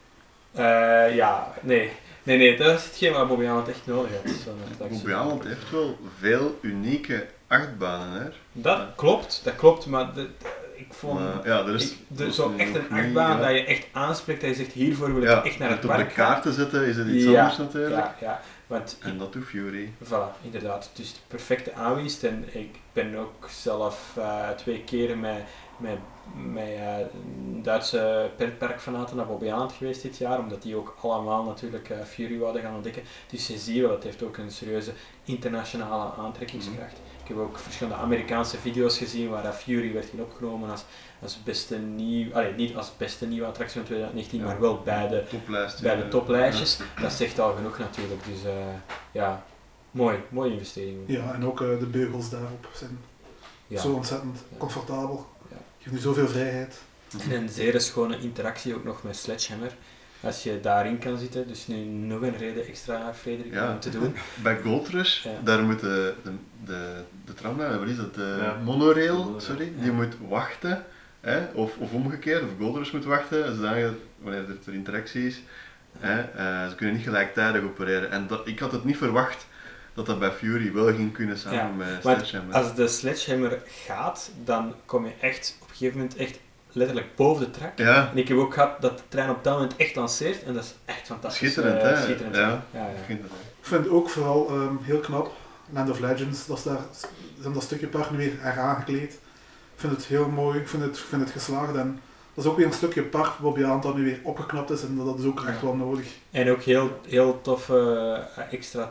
Uh, ja, nee. Nee, nee, dat is hetgeen wat Bobby Aland echt nodig had. Bobby Aland heeft wel veel unieke achtbanen, hè. Dat klopt, dat klopt, maar de, de, ik vond... Maar, ja, er is, ik, de, zo echt een achtbaan niet, dat je echt aanspreekt, dat je zegt hiervoor wil ik ja, echt naar het, het park op de kaart te zetten is het iets ja, anders natuurlijk. Ja, ja, want en dat doet Fury. Voilà, inderdaad. Het is de perfecte aanwinst en ik ben ook zelf uh, twee keer met, met, met uh, Duitse pretparkfanaten naar Bobby Aland geweest dit jaar, omdat die ook allemaal natuurlijk uh, Fury wilden gaan ontdekken. Dus je ziet wel, het heeft ook een serieuze internationale aantrekkingskracht. Ik heb ook verschillende Amerikaanse video's gezien waar dat Fury werd in opgenomen als, als beste nieuw, allee, niet als beste nieuwe attractie van twintig negentien, ja, maar wel bij de, bij de toplijstjes. Ja. Dat zegt al genoeg natuurlijk, dus uh, ja, mooi, mooie investering. Ja, en ook uh, de beugels daarop zijn ja. zo ontzettend ja. comfortabel. Ja. Geeft nu zoveel vrijheid. En een zeer schone interactie ook nog met Sledgehammer. Als je daarin kan zitten, dus nu nog een reden extra, Frederik, ja. om te doen. Bij Gold Rush, ja. daar moet de, de, de, de tramlijn, wat is dat, de ja. monorail, sorry, ja. die moet wachten, hè, of, of omgekeerd, of Gold Rush moet wachten, zodat wanneer er interactie is, hè, uh, ze kunnen niet gelijktijdig opereren. En dat, ik had het niet verwacht dat dat bij Fury wel ging kunnen samen ja. met Sledgehammer. Als de Sledgehammer gaat, dan kom je echt op een gegeven moment echt letterlijk boven de trak. Ja. En ik heb ook gehad dat de trein op dat moment echt lanceert en dat is echt fantastisch. Schitterend, uh, hè? Schitterend. Ja. Ja, ja. Ik vind het ook vooral um, heel knap, Land of Legends, dat is daar, ze hebben dat stukje park nu weer aangekleed. Ik vind het heel mooi, ik vind het, ik vind het geslaagd en dat is ook weer een stukje park Bobby Aland dat nu weer opgeknapt is en dat is ook ja. echt wel nodig. En ook heel, heel toffe uh, extra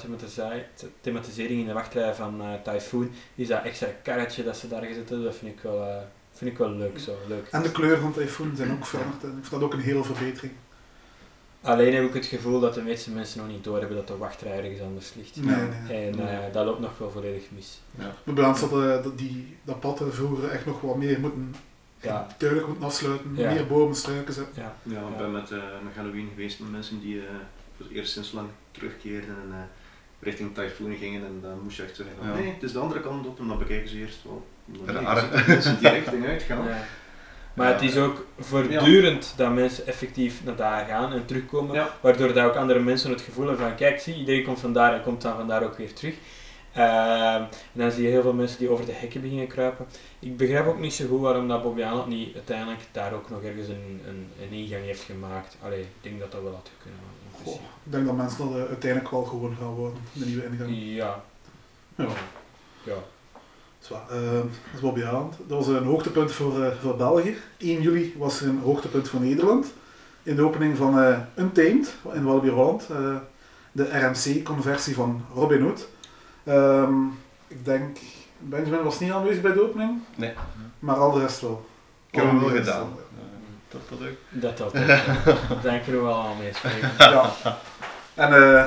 thematisering in de wachtrij van uh, Typhoon. Is dat extra karretje dat ze daar gezet hebben, dat vind ik wel... Uh, vind ik wel leuk zo. Leuk. En de kleuren van Typhoon zijn ook veranderd. Ik vind dat ook een hele verbetering. Alleen heb ik het gevoel dat de meeste mensen nog niet doorhebben dat de wachtrij ergens anders ligt. Nee, nee, nee. En uh, Nee. dat loopt nog wel volledig mis. Ja. Maar bij ons hadden dat, die, dat pad er vroeger echt nog wat meer moeten, Ja. duidelijk moeten afsluiten. Ja. Meer bomen, struiken zetten. Ja. Ja, ik Ja. ben met, uh, met Halloween geweest met mensen die uh, voor het eerst sinds lang terugkeerden en uh, richting Typhoon gingen en dan moest je echt zeggen, Ja. nee, het is de andere kant op en dan bekijken ze eerst wel. Nee, Raar. er zitten mensen die richting uitgaan. Ja. Maar het is ook voortdurend dat mensen effectief naar daar gaan en terugkomen, Ja. waardoor dat ook andere mensen het gevoel hebben van kijk, zie, iedereen komt vandaar en komt dan vandaar ook weer terug. Uh, en dan zie je heel veel mensen die over de hekken beginnen kruipen. Ik begrijp ook niet zo goed waarom dat Bobby Arnold niet uiteindelijk daar ook nog ergens een, een, een ingang heeft gemaakt. Allee, ik denk dat dat wel had kunnen. Goh, ik denk dat mensen dat uh, uiteindelijk wel gewoon gaan worden, de nieuwe ingang. Ja. Ja. Ja. Zwaar, uh, dat is Bobby Arnold. Dat was een hoogtepunt voor, uh, voor België. één juli was er een hoogtepunt voor Nederland. In de opening van uh, Untamed in Walibi Holland. Uh, de R M C-conversie van Robin Hood. Um, ik denk, Benjamin was niet aanwezig bij de opening. Nee. Maar al de rest wel. Ik heb hem Al wel de rest gedaan. wel. Uh, dat dat ook. Dat dat ook. Daar kunnen we wel aan meespreken. Ja. En uh,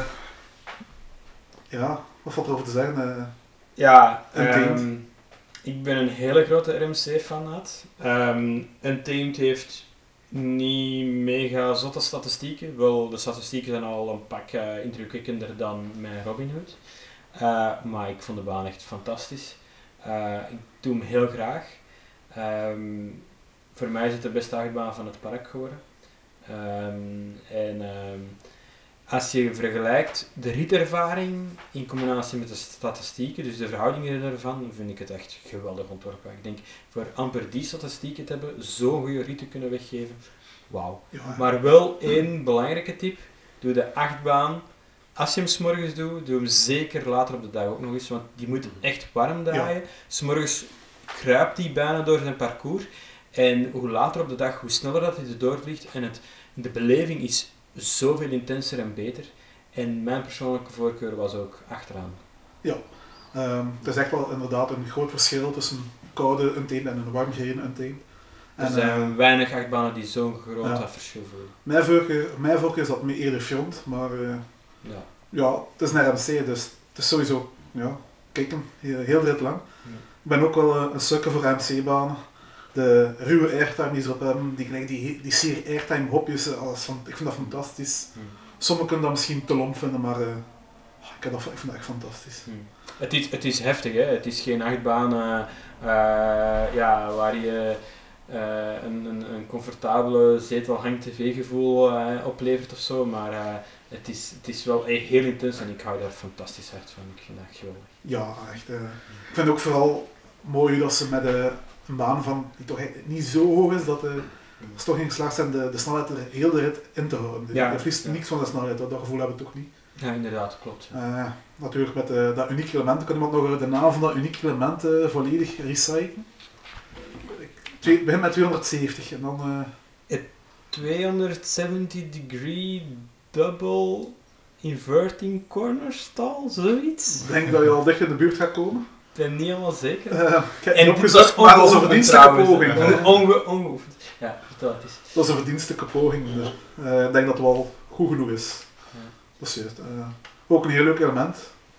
ja, wat valt er over te zeggen? Uh, Ja, Untamed. um, ik ben een hele grote R M C-fanaat. Um, Untamed heeft niet mega zotte statistieken. Wel, de statistieken zijn al een pak uh, indrukwekkender dan mijn Robin Hood. Uh, maar ik vond de baan echt fantastisch. Uh, ik doe hem heel graag. Um, voor mij is het de beste achtbaan van het park geworden. Um, en um, als je vergelijkt de ritervaring in combinatie met de statistieken, dus de verhoudingen ervan, vind ik het echt geweldig ontworpen. Ik denk, voor amper die statistieken te hebben, zo'n goede rit te kunnen weggeven, wauw. ja. Maar wel één belangrijke tip, doe de achtbaan, als je hem 's morgens doet, doe hem zeker later op de dag ook nog eens, want die moet echt warm draaien. 's Morgens kruipt die bijna door zijn parcours en hoe later op de dag, hoe sneller dat hij erdoor vliegt en het, de beleving is zoveel intenser en beter. En mijn persoonlijke voorkeur was ook achteraan. Ja, um, het is echt wel inderdaad een groot verschil tussen koude Untamed en een warm gereden Untamed. Er En, zijn uh, weinig achtbanen die zo'n groot ja. verschil voelen. Mijn voorkeur, mijn voorkeur zat meer eerder front, maar uh, Ja. ja, het is een R M C, dus het is sowieso, ja, kijken, heel, heel de rit lang. Ja. Ik ben ook wel uh, een sukker voor R M C-banen. De ruwe airtime die ze op hebben, die, gelijk die, die serie airtime hopjes, uh, alles van, ik vind dat fantastisch. Hmm. Sommigen kunnen dat misschien te lomp vinden, maar uh, ik, heb dat, ik vind dat echt fantastisch. Hmm. Het, is, het is heftig, hè? Het is geen achtbaan uh, uh, ja, waar je uh, een, een, een comfortabele zetel-hang tv-gevoel uh, oplevert of zo, maar uh, het, is, het is wel uh, heel intens en ik hou daar fantastisch hard van. Ik vind dat geweldig. Ja, echt. Uh, ik vind ook vooral mooi dat ze met uh, een baan van, die toch niet zo hoog is, dat uh, ze toch in geslaagd zijn de, de snelheid er heel de rit in te houden. Ja, Je verliest ja. niks van de snelheid, dat gevoel hebben we toch niet. Ja, inderdaad, klopt. Uh, natuurlijk met uh, dat uniek element, kan iemand nog de naam van dat uniek element uh, volledig recyclen? Ik begin met tweehonderdzeventig en dan... Uh, tweehonderdzeventig degree double inverting corner stall, zoiets? ik denk dat je al dicht in de buurt gaat komen. Ik ben niet helemaal zeker. Uh, ik heb En niet dat opgezocht, is maar dat is een ongeoefend verdienstelijke trouwens, poging. hè. Onge- Ongeoefend. Ja, vertel het eens. Dat is een verdienstelijke poging. Dus, uh, ik denk dat het wel goed genoeg is. Ja. Dat is juist. Uh, ook een heel leuk element.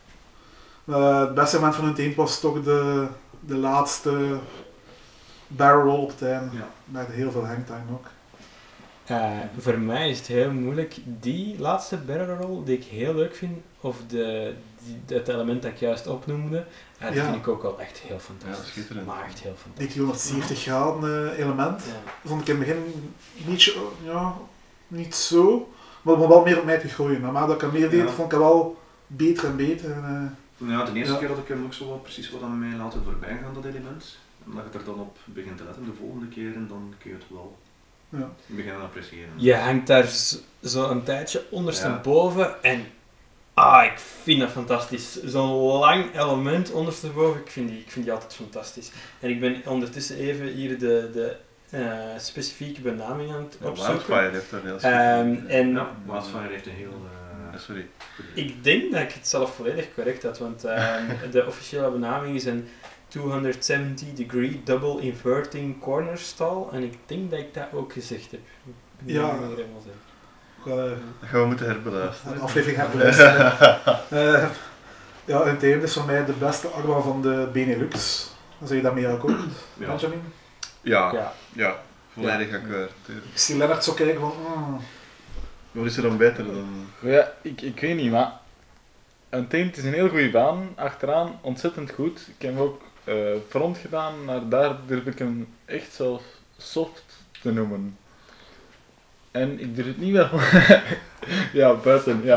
Uh, het beste element van Untamed was toch de, de laatste barrel roll op het einde. Ja. Met heel veel hangtime ook. Uh, voor mij is het heel moeilijk. Die laatste barrel roll die ik heel leuk vind, of de, die, het element dat ik juist opnoemde, uh, die Ja. vind ik ook wel echt heel fantastisch. Ja, schitterend. Maar echt heel Die fantastisch. tweehonderdzeventig graden uh, element Ja. vond ik in het begin niet, zo- ja, niet zo, maar begon wel meer op mij te groeien. Naarmate dat ik hem meer deed, Ja. vond ik hem wel beter en beter. En, uh, Ja, de eerste Ja. keer had ik hem ook zo wat precies wat aan mij laten voorbij gaan, dat element. En dat je er dan op begint te letten de volgende keer en dan kun je het wel ja. beginnen appreciëren. Je hangt daar z- zo een tijdje ondersteboven en ah, ik vind dat fantastisch. Zo'n lang element ondersteboven, ik vind, die, ik vind die altijd fantastisch. En ik ben ondertussen even hier de, de uh, specifieke benaming aan het Ja, opzoeken. Wildfire heeft daar heel Um, en Ja, Wildfire heeft een heel... Ja, Uh, sorry. ik denk dat ik het zelf volledig correct had, want uh, de officiële benaming is een tweehonderdzeventig degree double inverting corner stall. En ik denk dat ik dat ook gezegd heb. Ik ben Ja. niet meer helemaal zeker. Uh, Dat gaan we moeten herbeluisteren. een aflevering hebben luisteren. uh, ja, in het einde is voor mij de beste achtbaan van de Benelux. Dan zeg je daarmee akkoord, Ja. Benjamin? Ja, ja, Ja. volledig akkoord. tuurlijk. Ik zie Lennart zo kijken van... Mm. Wat is er dan beter dan... Ja, ik, ik weet niet, maar Untamed is een heel goede baan. Achteraan ontzettend goed. Ik heb ook uh, front gedaan, maar daar durf ik hem echt zelfs soft te noemen. En ik durf het niet wel... ja, buiten, ja.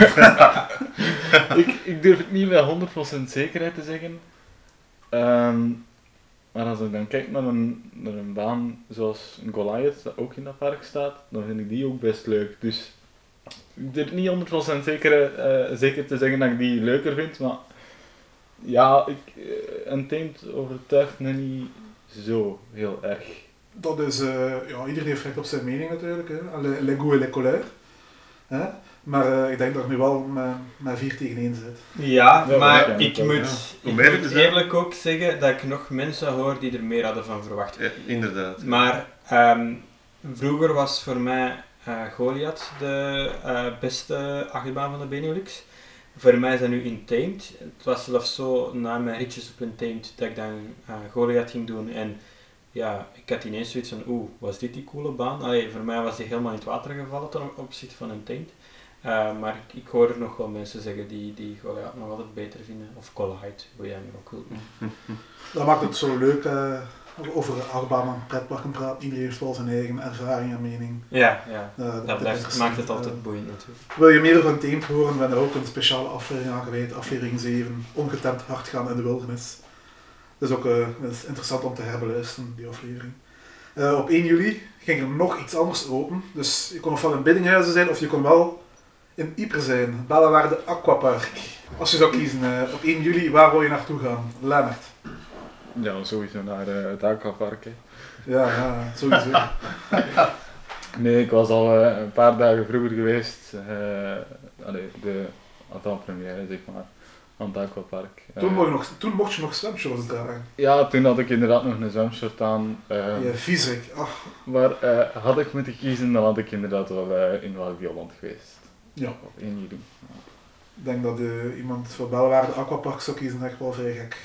ik, ik durf het niet met honderd procent zekerheid te zeggen. Um, maar als ik dan kijk naar een, naar een baan zoals een Goliath, dat ook in dat park staat, dan vind ik die ook best leuk. Dus ik durf niet honderd procent zeker, uh, zeker te zeggen dat ik die leuker vind, maar ja, ik, uh, Untamed overtuigt me niet zo heel erg. Dat is... Uh, ja, iedereen heeft recht op zijn mening natuurlijk. Hè. Le, le goût et le couleur. Hè. Maar uh, ik denk dat ik nu wel met, met vier tegen één zit. Ja, Ja, maar dat ik kan ook, moet, ja. ik Hoe meer moet het is, hè? eerlijk ook zeggen dat ik nog mensen hoor die er meer hadden van verwacht. Ja, inderdaad. Maar um, vroeger was voor mij uh, Goliath de uh, beste achtbaan van de Benelux. Voor mij is dat nu Untamed. Het was zelfs zo na mijn ritjes op Untamed dat ik dan uh, Goliath ging doen. En ja, ik had ineens zoiets van, oeh, was dit die coole baan? Allee, voor mij was die helemaal in het water gevallen ten opzichte van Untamed. Uh, maar ik, ik hoor er nog wel mensen zeggen die, die Goliath nog altijd beter vinden. Of Goliath, hoe jij hem ook wilt noemen. Dat maakt het zo leuk. Uh, over achtbanen, pretparken praten. Iedereen heeft wel zijn eigen ervaring en mening. Ja, ja. Uh, Dat blijft, maakt het altijd uh, boeiend natuurlijk. Wil je meer over Untamed horen? We hebben er ook een speciale aflevering aan gewijd. Aflevering zeven. Ongetemd hard gaan in de wildernis. Dat is ook uh, dat is interessant om te herbeluisteren, die aflevering. Uh, op één juli ging er nog iets anders open. Dus je kon ofwel in Biddinghuizen zijn of je kon wel in Ypres zijn. Bellewaarde Aquapark. Als je zou kiezen uh, op één juli, waar wil je naartoe gaan? Lennart. Ja, sowieso naar uh, het aquapark. Hè. Ja, ja, sowieso. Nee, ik was al uh, een paar dagen vroeger geweest. Uh, allee, de avant-première, zeg maar, aan het aquapark. Uh, Toen, mocht je nog, toen mocht je nog zwemshorts dragen. Ja, toen had ik inderdaad nog een zwemshort aan. Uh, Ja, viezerik. Ach, Maar uh, had ik moeten kiezen, dan had ik inderdaad wel uh, in Walibi geweest. ja. Op één juli. Ik denk dat uh, iemand voor Bellewaarde Aquapark zou kiezen, dat is echt wel vrij gek.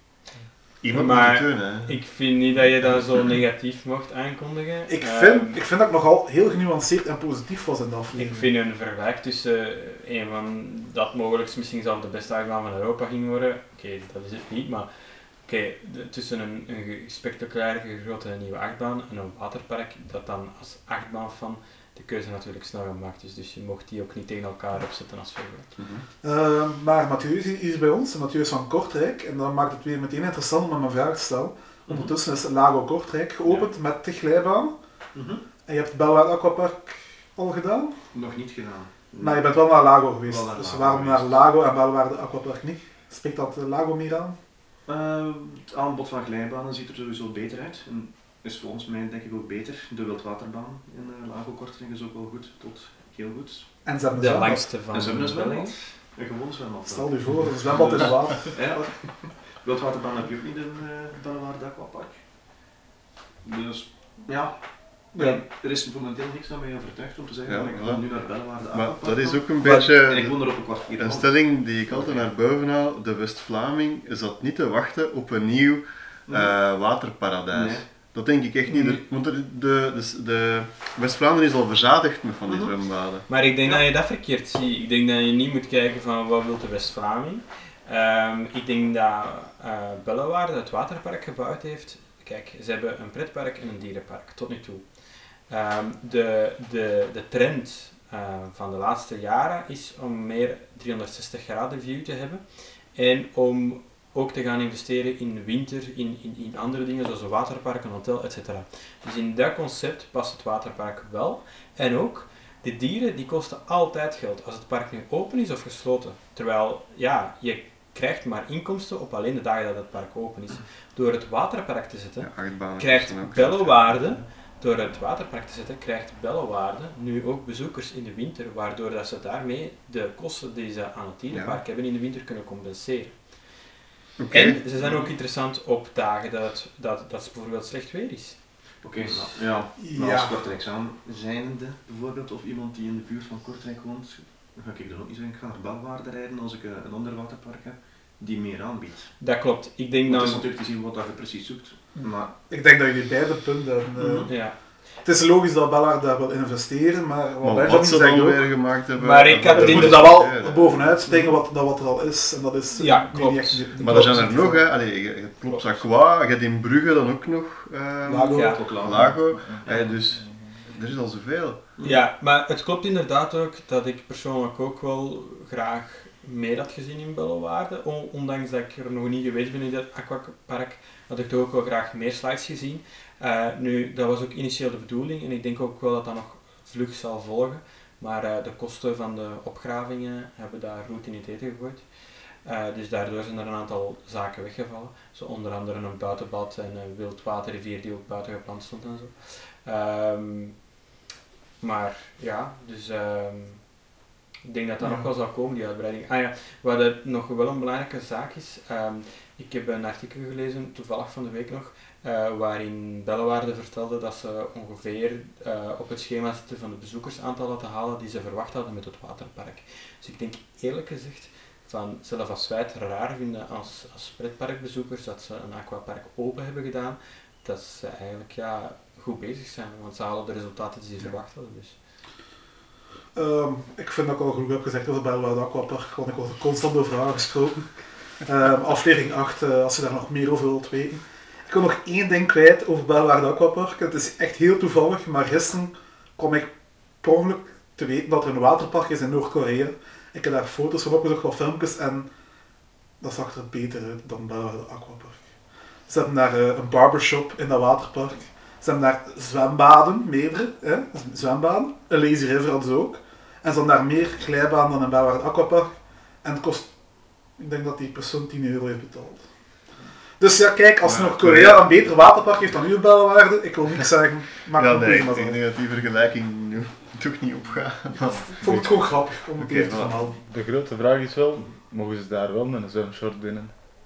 Iemand Maar moet het doen, hè. Ik vind niet dat je dat zo negatief mocht aankondigen. Ik Ehm, vind, ik vind dat ik nogal heel genuanceerd en positief was in de Ik aflevering. vind een vergelijk tussen een van dat mogelijk misschien zelfs de beste achtbaan van Europa ging worden. Oké, okay, dat is het niet, maar oké, okay, tussen een, een ge- spectaculaire, grote nieuwe achtbaan en een waterpark, dat dan als achtbaanfan de keuze natuurlijk snel gemaakt is. Dus je mocht die ook niet tegen elkaar opzetten als vergelijk. Mhm. Uh, maar Mathieu is hier bij ons, Mathieu is van Kortrijk, en dan maakt het weer meteen interessant om hem een vraag te stellen. Ondertussen is Lago Kortrijk geopend met de glijbaan. Mm-hmm. En je hebt Bellewaarde Aquapark al gedaan, Nog niet gedaan. maar je bent wel naar Lago geweest. Wel naar dus Lago waarom geweest. naar Lago en Bellewaarde Aquapark niet? Spreekt dat uh, Lago meer aan? Uh, het aanbod van glijbanen ziet er sowieso beter uit. En is volgens mij denk ik ook beter. De wildwaterbaan in uh, Lago Kortrijk is ook wel goed, tot heel goed. En ze hebben een De zwembad. langste van En ze hebben een België. zwembad. Een gewoon zwembad. Stel je voor, een zwembad in het water. Ja, wildwaterbaan heb je ook niet in uh, Bellewaarde Aquapark. Dus ja, Ja. en er is momenteel niks aan mij overtuigd om te zeggen Ja, dat ik voilà. ga nu naar Bellewaarde Maar Aquapark dat is gaan. ook een Maar- beetje En ik woon er op een kwartier een van. stelling die ik altijd naar boven haal. De West-Vlaming zat niet te wachten op een nieuw uh, waterparadijs. Nee. Dat denk ik echt niet. Nee. Er- Want er- de, de, de West-Vlaanderen is al verzadigd met van die Mhm. zwembaden. Maar ik denk Ja. dat je dat verkeerd ziet. Ik denk dat je niet moet kijken van wat wil de West-Vlaming. Um, ik denk dat uh, Bellewaarde het waterpark gebouwd heeft. Kijk, ze hebben een pretpark en een dierenpark, tot nu toe. Um, de, de, de trend uh, van de laatste jaren is om meer driehonderdzestig graden view te hebben. En om ook te gaan investeren in winter, in, in, in andere dingen zoals een waterpark, een hotel, et cetera. Dus in dat concept past het waterpark wel. En ook, de dieren die kosten altijd geld, als het park nu open is of gesloten. Terwijl, ja, je krijgt maar inkomsten op alleen de dagen dat het park open is. Door het waterpark te zetten, Ja, achtbanen krijgt kosten ook Bellewaarde, door het waterpark te zetten, krijgt Bellewaarde nu ook bezoekers in de winter, waardoor dat ze daarmee de kosten die ze aan het dierenpark Ja. hebben in de winter kunnen compenseren. Okay. En ze zijn ook interessant op dagen dat het, dat, dat het bijvoorbeeld slecht weer is. Oké, okay, nou, ja. Maar Ja. als Kortrijksaan zijnde bijvoorbeeld, of iemand die in de buurt van Kortrijk woont, dan ga ik dan ook niet zeggen, ik ga naar Belwaarde rijden als ik een ander waterpark heb die meer aanbiedt. Dat klopt. Ik denk Maar dan... het is natuurlijk te zien wat dat je precies zoekt. Maar Ik denk dat je die beide punten... Uh, Mhm. Ja. Het is logisch dat Bellaert daar wil investeren, maar wat Maar Benjamin wat ze zegt dan ook, weer gemaakt hebben... Maar ik had we het moeten in dat wel Ja. bovenuit springen wat, dat wat er al is. En dat is Ja, nu klopt. niet echt die- die Maar er zijn er klopt. nog, hè. Allee, je je hebt Plopsaqua, je hebt in Brugge dan ook nog... ehm, Lago. Ja. ook lager. Lago. Hey, dus er is al zoveel. Ja, maar het klopt inderdaad ook dat ik persoonlijk ook wel graag meer had gezien in Bellewaarde. On- ondanks dat ik er nog niet geweest ben in dat aquapark, had ik toch ook wel graag meer slides gezien. Uh, nu, dat was ook initieel de bedoeling en ik denk ook wel dat dat nog vlug zal volgen. Maar uh, de kosten van de opgravingen hebben daar roet in het eten gegooid. Uh, dus daardoor zijn er een aantal zaken weggevallen. Zo onder andere een buitenbad en een wildwaterrivier die ook buiten geplant stond en zo. Um, maar ja, dus um, ik denk dat dat Ja. nog wel zal komen, die uitbreiding. Ah ja, wat het nog wel een belangrijke zaak is, um, ik heb een artikel gelezen, toevallig van de week nog, uh, waarin Bellewaarde vertelde dat ze ongeveer uh, op het schema zitten van de bezoekersaantallen te halen die ze verwacht hadden met het waterpark. Dus ik denk eerlijk gezegd, van zelf als wij het raar vinden als, als pretparkbezoekers dat ze een aquapark open hebben gedaan, dat ze eigenlijk ja, goed bezig zijn, want ze halen de resultaten die ze verwacht hadden. Dus. Um, ik vind dat ik al genoeg heb gezegd over Bellewaarde Aquapark, want ik word er constant over aangesproken. Um, aflevering acht, uh, als je daar nog meer over wilt weten. Ik wil nog één ding kwijt over Bellewaarde Aquapark. Het is echt heel toevallig, maar gisteren kwam ik per ongeluk te weten dat er een waterpark is in Noord-Korea. Ik heb daar foto's van opgezocht, wat filmpjes, en dat zag er beter uit dan Bellewaarde Aquapark. Ze hebben daar uh, een barbershop in dat waterpark. Ze hebben daar zwembaden, meerdere, hè? zwembaden. Een lazy river hadden ze ook. En ze hebben daar meer glijbanen dan in Bellewaarde Aquapark. En het kost, ik denk dat die persoon tien euro heeft betaald. Dus ja, kijk, als Ja, Noord-Korea een beter waterpark heeft dan uw Bellewaarde, ik wil niks zeggen, maak Ja, een nee, prima ik zo. denk dat die vergelijking nu toch niet opgaat. Ik vond het gewoon grappig om het Oké, even te voilà. vermelden. De grote vraag is wel, mogen ze daar wel met een zwemshort binnen?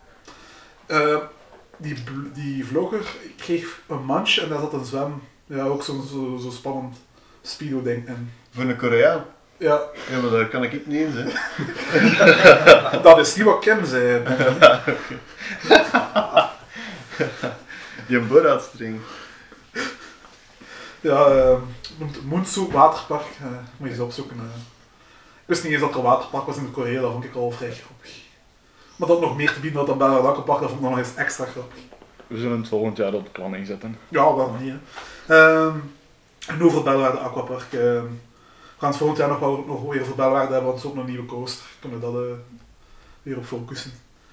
Uh, die, bl- die vlogger kreeg een mandje en daar zat een zwem. Ja, ook zo'n zo, zo spannend speedo ding in. Voor een Koreaan? Ja, Ja, maar daar kan ik niet in, hè. dat is niet wat Kim zei. Die een Borat-string. Ja, uh, Moonsoep Waterpark, uh, moet je eens opzoeken. Uh. Ik wist niet eens dat er een waterpark was in Korea, dat vond ik al vrij grappig. Maar dat nog meer te bieden had dan Bellewaarde Aquapark, dat vond ik nog eens extra grappig. We zullen het volgend jaar op de planning zetten. Ja, waarom niet, hè. Um, en over Bellewaarde Aquapark. Uh, we gaan het volgend jaar nog wel nog weer over Bellewaarde hebben, want het is ook een nieuwe coaster. Kunnen we dat uh, weer op focussen.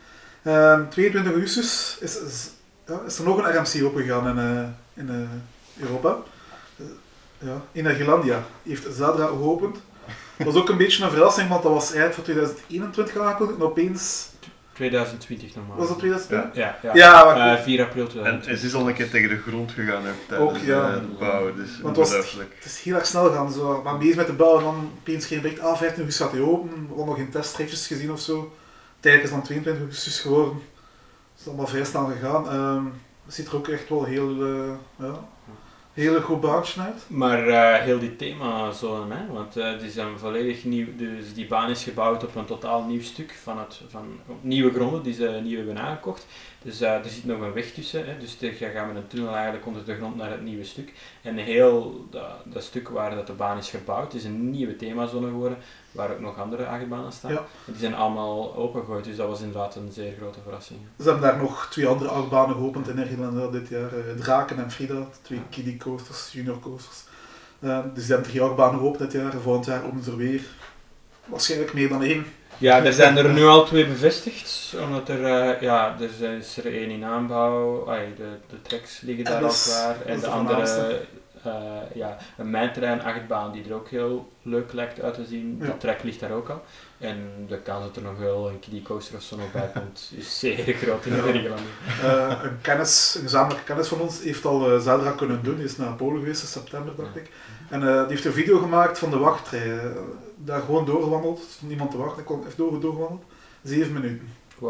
Um, tweeëntwintig augustus is, is, ja, is er nog een R M C opengegaan in, uh, in uh, Europa. Uh, ja, Energielandia heeft Zadra geopend. Dat was ook een beetje een verrassing, want dat was eigenlijk voor tweeduizend eenentwintig aangekondigd en opeens... tweeduizend twintig normaal. Was dat tweeduizend twintig? Ja, ja. Ja, maar Uh, vier april En tweeduizend twintig. het is al een keer tegen de grond gegaan ook tijdens Ook, ja. de, de bouw, dus Want het was- ongelooflijk. het is heel erg snel gegaan. Zo. Maar bezig met de bouw en dan opeens geen bericht. Ah, vijftien augustus gaat hij open. We hadden nog geen testritjes gezien of zo. Tijdelijk is dan tweeëntwintig augustus geworden. Het is allemaal vrij snel gegaan. Um, het ziet er ook echt wel heel, uh, ja, heel goed baantje uit. Maar uh, heel die themazone, hè, want uh, het is een volledig nieuw, dus die baan is gebouwd op een totaal nieuw stuk van, het, van op nieuwe gronden die ze nieuw hebben aangekocht. Dus uh, er zit nog een weg tussen, hè, dus je gaat met een tunnel eigenlijk onder de grond naar het nieuwe stuk. En heel dat, dat stuk waar dat de baan is gebouwd is een nieuwe themazone geworden, waar ook nog andere achtbanen staan. Ja. En die zijn allemaal opengegooid, dus dat was inderdaad een zeer grote verrassing. Ze hebben daar nog twee andere achtbanen geopend in Nederland dit jaar. Uh, Draken en Frida, twee kiddie coasters, junior coasters. Uh, dus die hebben drie achtbanen geopend dit jaar. En volgend jaar openen ze er weer waarschijnlijk meer dan één. Ja, er zijn er nu al twee bevestigd, omdat er, uh, ja, er is er één in aanbouw, ay, de, de tracks liggen daar En al dus- klaar, dat en is de de andere, voornaamste. uh, ja, een mijnterrein achtbaan die er ook heel leuk lijkt uit te zien, Ja. de track ligt daar ook al. En de kans dat er nog wel een kiddie coaster of zo nog bij komt, is zeer groot in Ja. Nederland. Uh, een kennis, een gezamenlijke kennis van ons heeft al uh, Zadra kunnen doen. Die is naar Polen geweest in september, dacht ik. En uh, die heeft een video gemaakt van de wachtrij. Uh, daar gewoon doorgewandeld. Er stond niemand te wachten. Ik kon even door, doorgewandeld. Zeven minuten. Wow.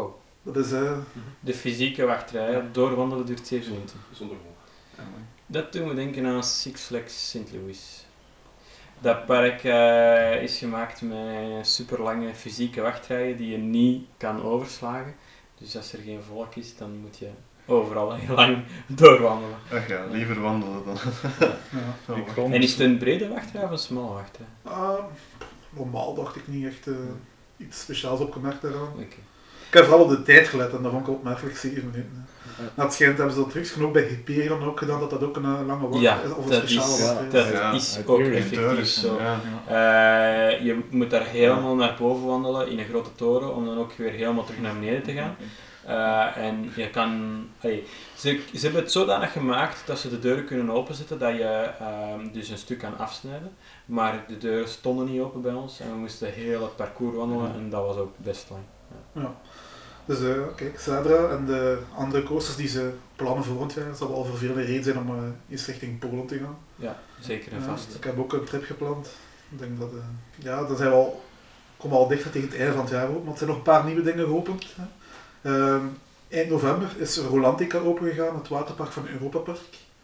Dat is... Uh... De fysieke wachtrij, ja. Doorwandelen duurt zeven minuten. Zonder gewoon. Ja, dat doen we denken aan Six Flags Saint Louis. Dat park uh, is gemaakt met super lange fysieke wachtrijen die je niet kan overslagen. Dus als er geen volk is, dan moet je overal heel lang doorwandelen. Ach ja, liever wandelen dan. Ja. Ja. En is het een brede wachtrij of een smalle wachtrij? Uh, normaal dacht ik niet echt uh, iets speciaals opgemerkt daaraan. Okay. Ik heb vooral op de tijd gelet en dat vond ik opmerkelijk, zeven minuten. Ja. Na het schijnt hebben ze dat trucs genoeg bij Hyperion ook gedaan, dat dat ook een uh, lange wacht ja, is, of een dat speciale is, wacht is. dat ja, is ja, ook ja, effectief zo. Ja. Uh, je moet daar helemaal naar boven wandelen in een grote toren om dan ook weer helemaal terug naar beneden te gaan. Uh, en je kan... Allee, ze, ze hebben het zodanig gemaakt dat ze de deuren kunnen openzetten dat je uh, dus een stuk kan afsnijden. Maar de deuren stonden niet open bij ons en we moesten heel het parcours wandelen en dat was ook best lang. Ja. Ja. Dus uh, kijk, Zadra en de andere coasters die ze plannen volgend jaar, zal al voor veel reden zijn om uh, eens richting Polen te gaan. Ja, zeker en Ja, vast. ik heb ook een trip gepland. Ik denk dat, uh, ja, dan zijn we al, komen we al dichter tegen het einde van het jaar ook, want er zijn nog een paar nieuwe dingen geopend. Hè. Uh, eind november is Rolantica opengegaan, het waterpark van Europa Park.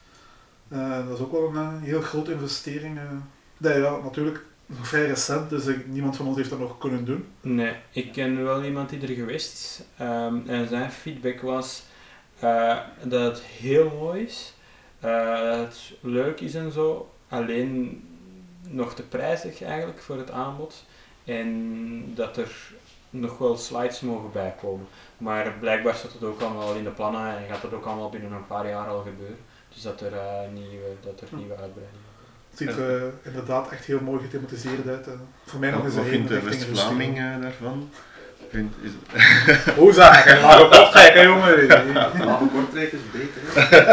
Uh, dat is ook wel een uh, heel grote investering. Uh, dat, ja, natuurlijk nog vrij recent, dus uh, niemand van ons heeft dat nog kunnen doen. Nee, ik ken wel iemand die er geweest is um, en zijn feedback was uh, dat het heel mooi is, uh, dat het leuk is en zo, alleen nog te prijzig eigenlijk voor het aanbod en dat er nog wel slides mogen bijkomen. Maar blijkbaar staat het ook allemaal in de plannen en gaat het ook allemaal binnen een paar jaar al gebeuren. Dus dat er, uh, nieuwe, dat er nieuwe uitbreidingen. Het ziet er uh, inderdaad echt heel mooi gethematiseerd uit. Uh, voor mij nog eens Wat een vindt de richting West-Vlaming uh, daarvan? Vind, is Hoe zeg ik? Laat op optrekken, jongen! Lage Kortrijk is beter.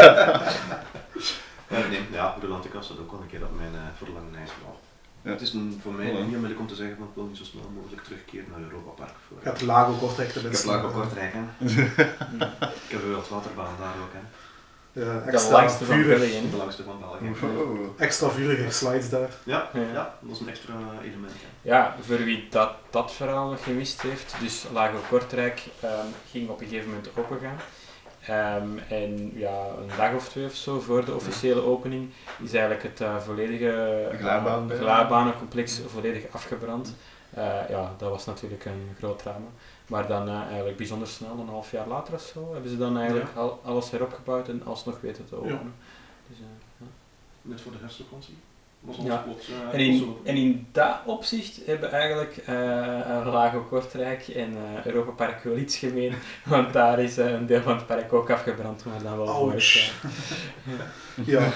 uh, nee, ja, Rolantica staat ook al een keer op mijn uh, verlanglijst. Ja. Het is een, voor mij niet onmiddellijk om te zeggen van ik wil niet zo snel mogelijk terugkeren naar Europa Park. Voor, ik heb Lago Kortrijk te Ik heb Lago Kortrijk, hè. Ik heb een wildwaterbaan daar ook, hè. Ja, De extra langste van vurig, België. De langste van België. oh. extra vurige slides daar. Ja, Ja. ja, dat is een extra element. Hè. Ja, voor wie dat, dat verhaal nog gemist heeft, dus Lago Kortrijk um, ging op een gegeven moment opengaan. Um, en ja, een dag of twee of zo voor de officiële opening is eigenlijk het uh, volledige De glijbaan, uh, glijbanencomplex volledig afgebrand. Uh, ja, dat was natuurlijk een groot drama. Maar dan uh, eigenlijk bijzonder snel, een half jaar later of zo, hebben ze dan eigenlijk Ja. al, alles heropgebouwd en alsnog weten te openen. Ja. Dus, uh, ja. Net voor de herfstvakantie. Was Ja. ons plots, uh, En in, zo- en in dat opzicht hebben eigenlijk uh, Lago Kortrijk en uh, Europa Park wel iets gemeen, want daar is uh, een deel van het park ook afgebrand, maar dan wel Ouch. vorig jaar. Ja.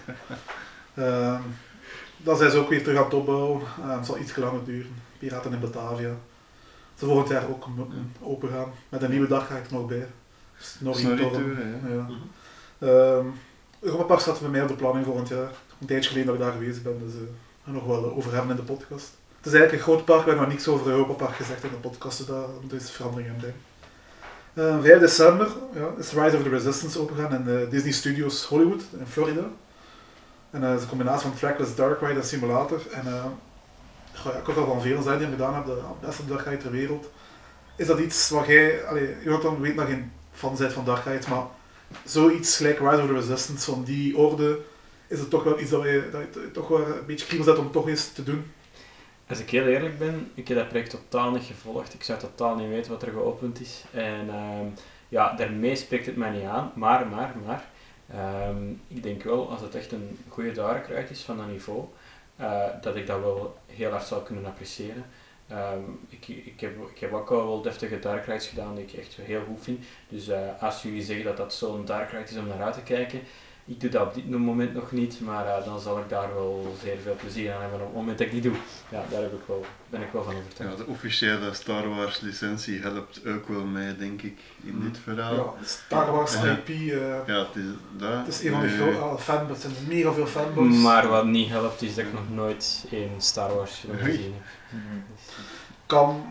uh, dan zijn ze ook weer terug aan het opbouwen. Uh, het zal iets langer duren. Piraten in Batavia. Ze volgend jaar ook moeten open gaan. Met een nieuwe dag ga ik er nog bij. Snorri-toren. Snorri-toren, ja. Ja. Mhm. Um, Europa Park staat bij mij op de planning volgend jaar. Een tijdje geleden dat ik daar geweest ben, dus uh, we gaan nog wel over hebben in de podcast. Het is eigenlijk een groot park, we hebben nog niks over Europa Park gezegd in de podcast, dus daar moet dus verandering in brengen. Uh, vijf december ja, is Rise of the Resistance opengegaan in uh, Disney Studios Hollywood in Florida. En dat uh, is een combinatie van Trackless Dark Ride en simulator. En uh, goh, ja, ik heb al van veel zijn die gedaan hebben, de beste dark ride ter wereld. Is dat iets wat jij, allee, Jonathan weet dat je geen fan bent van dark rides, maar zoiets gelijk Rise of the Resistance van die orde, is het toch wel iets dat je, dat je toch wel een beetje kriebel zet om toch eens te doen? Als ik heel eerlijk ben, ik heb dat project totaal niet gevolgd. Ik zou totaal niet weten wat er geopend is. En uh, ja, daarmee spreekt het mij niet aan. Maar, maar, maar, um, ik denk wel, als het echt een goede dark ride is van dat niveau, uh, dat ik dat wel heel hard zou kunnen appreciëren. Um, ik, ik, heb, ik heb ook al wel deftige dark rides gedaan die ik echt heel goed vind. Dus uh, als jullie zeggen dat dat zo'n dark ride is om naar uit te kijken, ik doe dat op dit moment nog niet, maar uh, dan zal ik daar wel zeer veel plezier aan hebben op het moment dat ik die doe. Ja, daar heb ik wel, ben ik wel van overtuigd. Ja, de officiële Star Wars licentie helpt ook wel mee, denk ik, in dit verhaal. Ja, Star Wars Ja. I P, uh, Ja, het is dat. het is een van de Eh, grote uh, fanboys, er zijn mega veel fanboys. Maar wat niet helpt is dat ik nog nooit een Star Wars film Oei. gezien heb. Dus, Kan,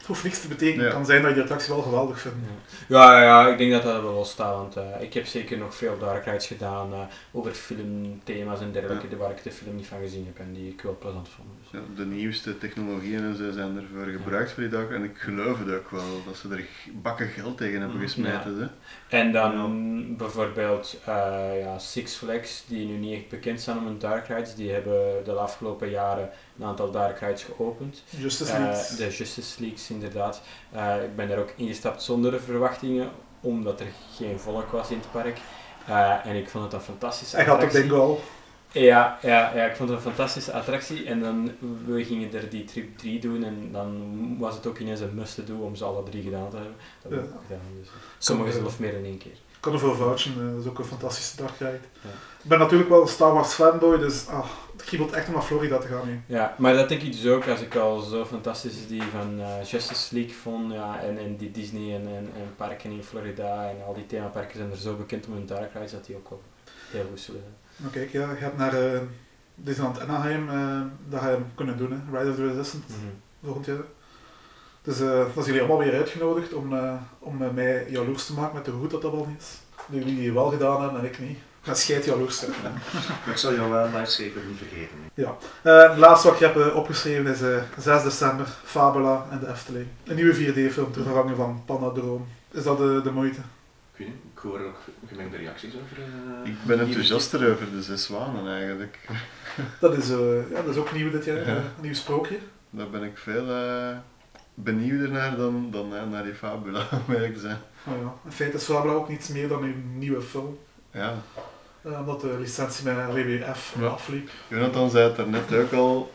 hoeft niks te betekenen. Ja. Het kan zijn dat je die attractie wel geweldig vindt. Ja, ja, ja, ik denk dat dat wel losstaat, want uh, ik heb zeker nog veel dark rides gedaan uh, over filmthema's en dergelijke, Ja. waar ik de film niet van gezien heb en die ik wel plezant vond. Dus. Ja, de nieuwste technologieën en zo zijn ervoor gebruikt voor die dag en ik geloof het ook wel, dat ze er bakken geld tegen hebben gesmeten. Ja. Hè. En dan ja. bijvoorbeeld uh, ja, Six Flags, die nu niet echt bekend zijn om hun dark rides, die hebben de afgelopen jaren een aantal dark rides geopend. Justice Uh, League. de Justice Leagues, inderdaad. Uh, ik ben daar ook ingestapt zonder verwachtingen, omdat er geen volk was in het park. Uh, en ik vond het een fantastische Hij gaat op attractie. bingo al. Ja, ja, ja, ik vond het een fantastische attractie en dan we gingen er die trip drie doen en dan was het ook ineens een must to do om ze alle drie gedaan te hebben. Dat heb ik Ja. ook gedaan, dus. Sommigen zelfs meer dan één keer. Ik kan ervoor vouchen, uh, dat is ook een fantastische dark ride. Ja. Ik ben natuurlijk wel een Star Wars fanboy, dus ah, het kriebelt echt om naar Florida te gaan nu. Ja, maar dat denk ik dus ook, als ik al zo fantastisch die van uh, Justice League vond, ja, en, en die Disney en, en, en parken in Florida en al die themaparken zijn er zo bekend om hun dark rides dat die ook wel heel goed zullen zijn. Maar kijk, ja, je hebt naar uh, Disneyland Anaheim, uh, dat ga je hem kunnen doen, hè. Ride of the Resistance, Mm-hmm. volgend jaar. Dus uh, dan zijn jullie allemaal weer uitgenodigd om, uh, om uh, mij jaloers te maken met hoe goed dat dat al is. Nu jullie het wel gedaan hebben en ik niet. Dat schijt jaloers. Ik zal jou wel Lightsaber niet vergeten. Hè. Ja. Uh, het laatste wat ik heb uh, opgeschreven is uh, zes december, Fabula en de Efteling. Een nieuwe vier D-film ter vervanging van Panadroom. Is dat de, de moeite? Ik weet niet, ik hoor ook gemengde reacties over. Uh, Ik ben enthousiast over de Zes Zwanen eigenlijk. Dat is, uh, ja, dat is ook nieuw dit jaar, Ja. uh, een nieuw sprookje. Daar ben ik veel uh, benieuwder naar dan, dan uh, naar die Fabula, om eerlijk te zijn. Oh ja. In feite is Fabula ook niets meer dan een nieuwe film. Ja. Uh, omdat de licentie met W W F Ja. afliep. Jonathan zei het daarnet ook al,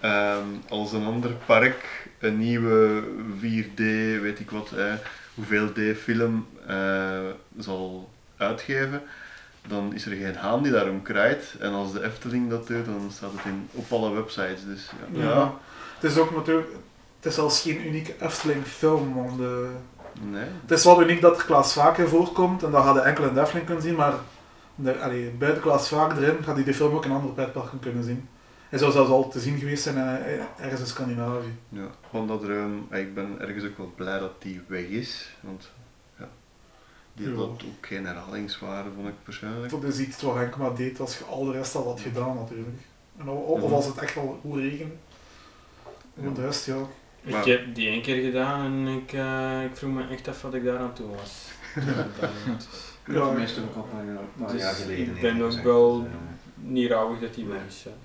um, als een ander park een nieuwe vier D, weet ik wat, eh, hoeveel D-film uh, zal uitgeven, dan is er geen haan die daarom krijgt. En als de Efteling dat doet, dan staat het in, op alle websites. Dus, ja. Ja. Ja. Het is ook natuurlijk, het is zelfs geen unieke Efteling film. Want de, Nee. het is wel uniek dat er Klaas Vaker voorkomt en dat ga je enkel in de Efteling kunnen zien, maar de, allee, buiten Klaas Vaker erin gaat hij de film ook in andere pretparken kunnen zien. Hij zou zelfs al te zien geweest zijn uh, ergens in Scandinavië. Ja, Pandadroom, ik ben ergens ook wel blij dat die weg is, want ja, die had Ja. dat ook geen herhalingswaarde, vond ik persoonlijk. Dat is iets wat Henk maar deed als je al de rest al had gedaan natuurlijk. En of, of als het echt al goed regende. En de rest, ja. Ik Maar- heb die één keer gedaan en ik, uh, ik vroeg me echt af wat ik daar aan toe was. Ja, Ja. voor mij is het ook al een paar, paar Dus jaar geleden. ik ben hè, ook gezegd. wel- Dus, uh, Niet rouwig dat die weg is. Ja.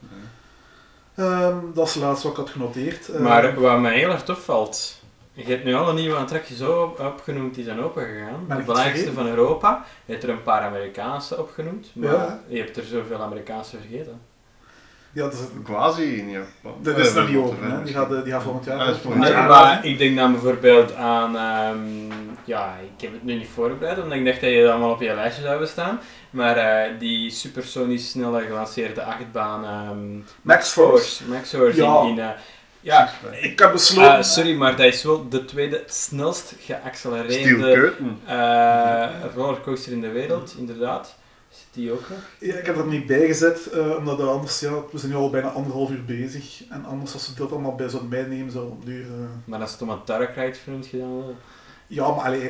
Um, dat is het laatste wat ik had genoteerd. Uh, Maar wat mij heel erg opvalt, je hebt nu alle nieuwe attracties op, opgenoemd die zijn opengegaan. Ben De ik belangrijkste vergeten? van Europa. Je hebt er een paar Amerikaanse opgenoemd, maar Ja. je hebt er zoveel Amerikaanse vergeten. ja, dat is, Quasi in Japan. dat Eh, is nog niet wat open, te hè. ver Die gaat, uh, die gaat volgend jaar Ah, dat is open. volgend Nee, jaar. maar ik denk dan bijvoorbeeld aan, ehm, ja, ik heb het nu niet voorbereid, omdat ik dacht dat je het allemaal op je lijstje zou staan. Maar eh, die supersonisch snelle gelanceerde achtbaan, ehm, Max Force. Max Force Ja. in, in eh, ja, Ik heb besloten... eh, sorry, maar dat is wel de tweede snelst Steel geaccelereerde Curtain. eh rollercoaster in de wereld, inderdaad. Zit die ook nog? Ja, ik heb er niet bij gezet, uh, omdat er anders, ja, we zijn nu al bijna anderhalf uur bezig. En anders, als we dat allemaal bij zo'n meenemen, zou het duren. Uh... Maar als het om een dark ride filmt gedaan wel. Ja, maar alleen.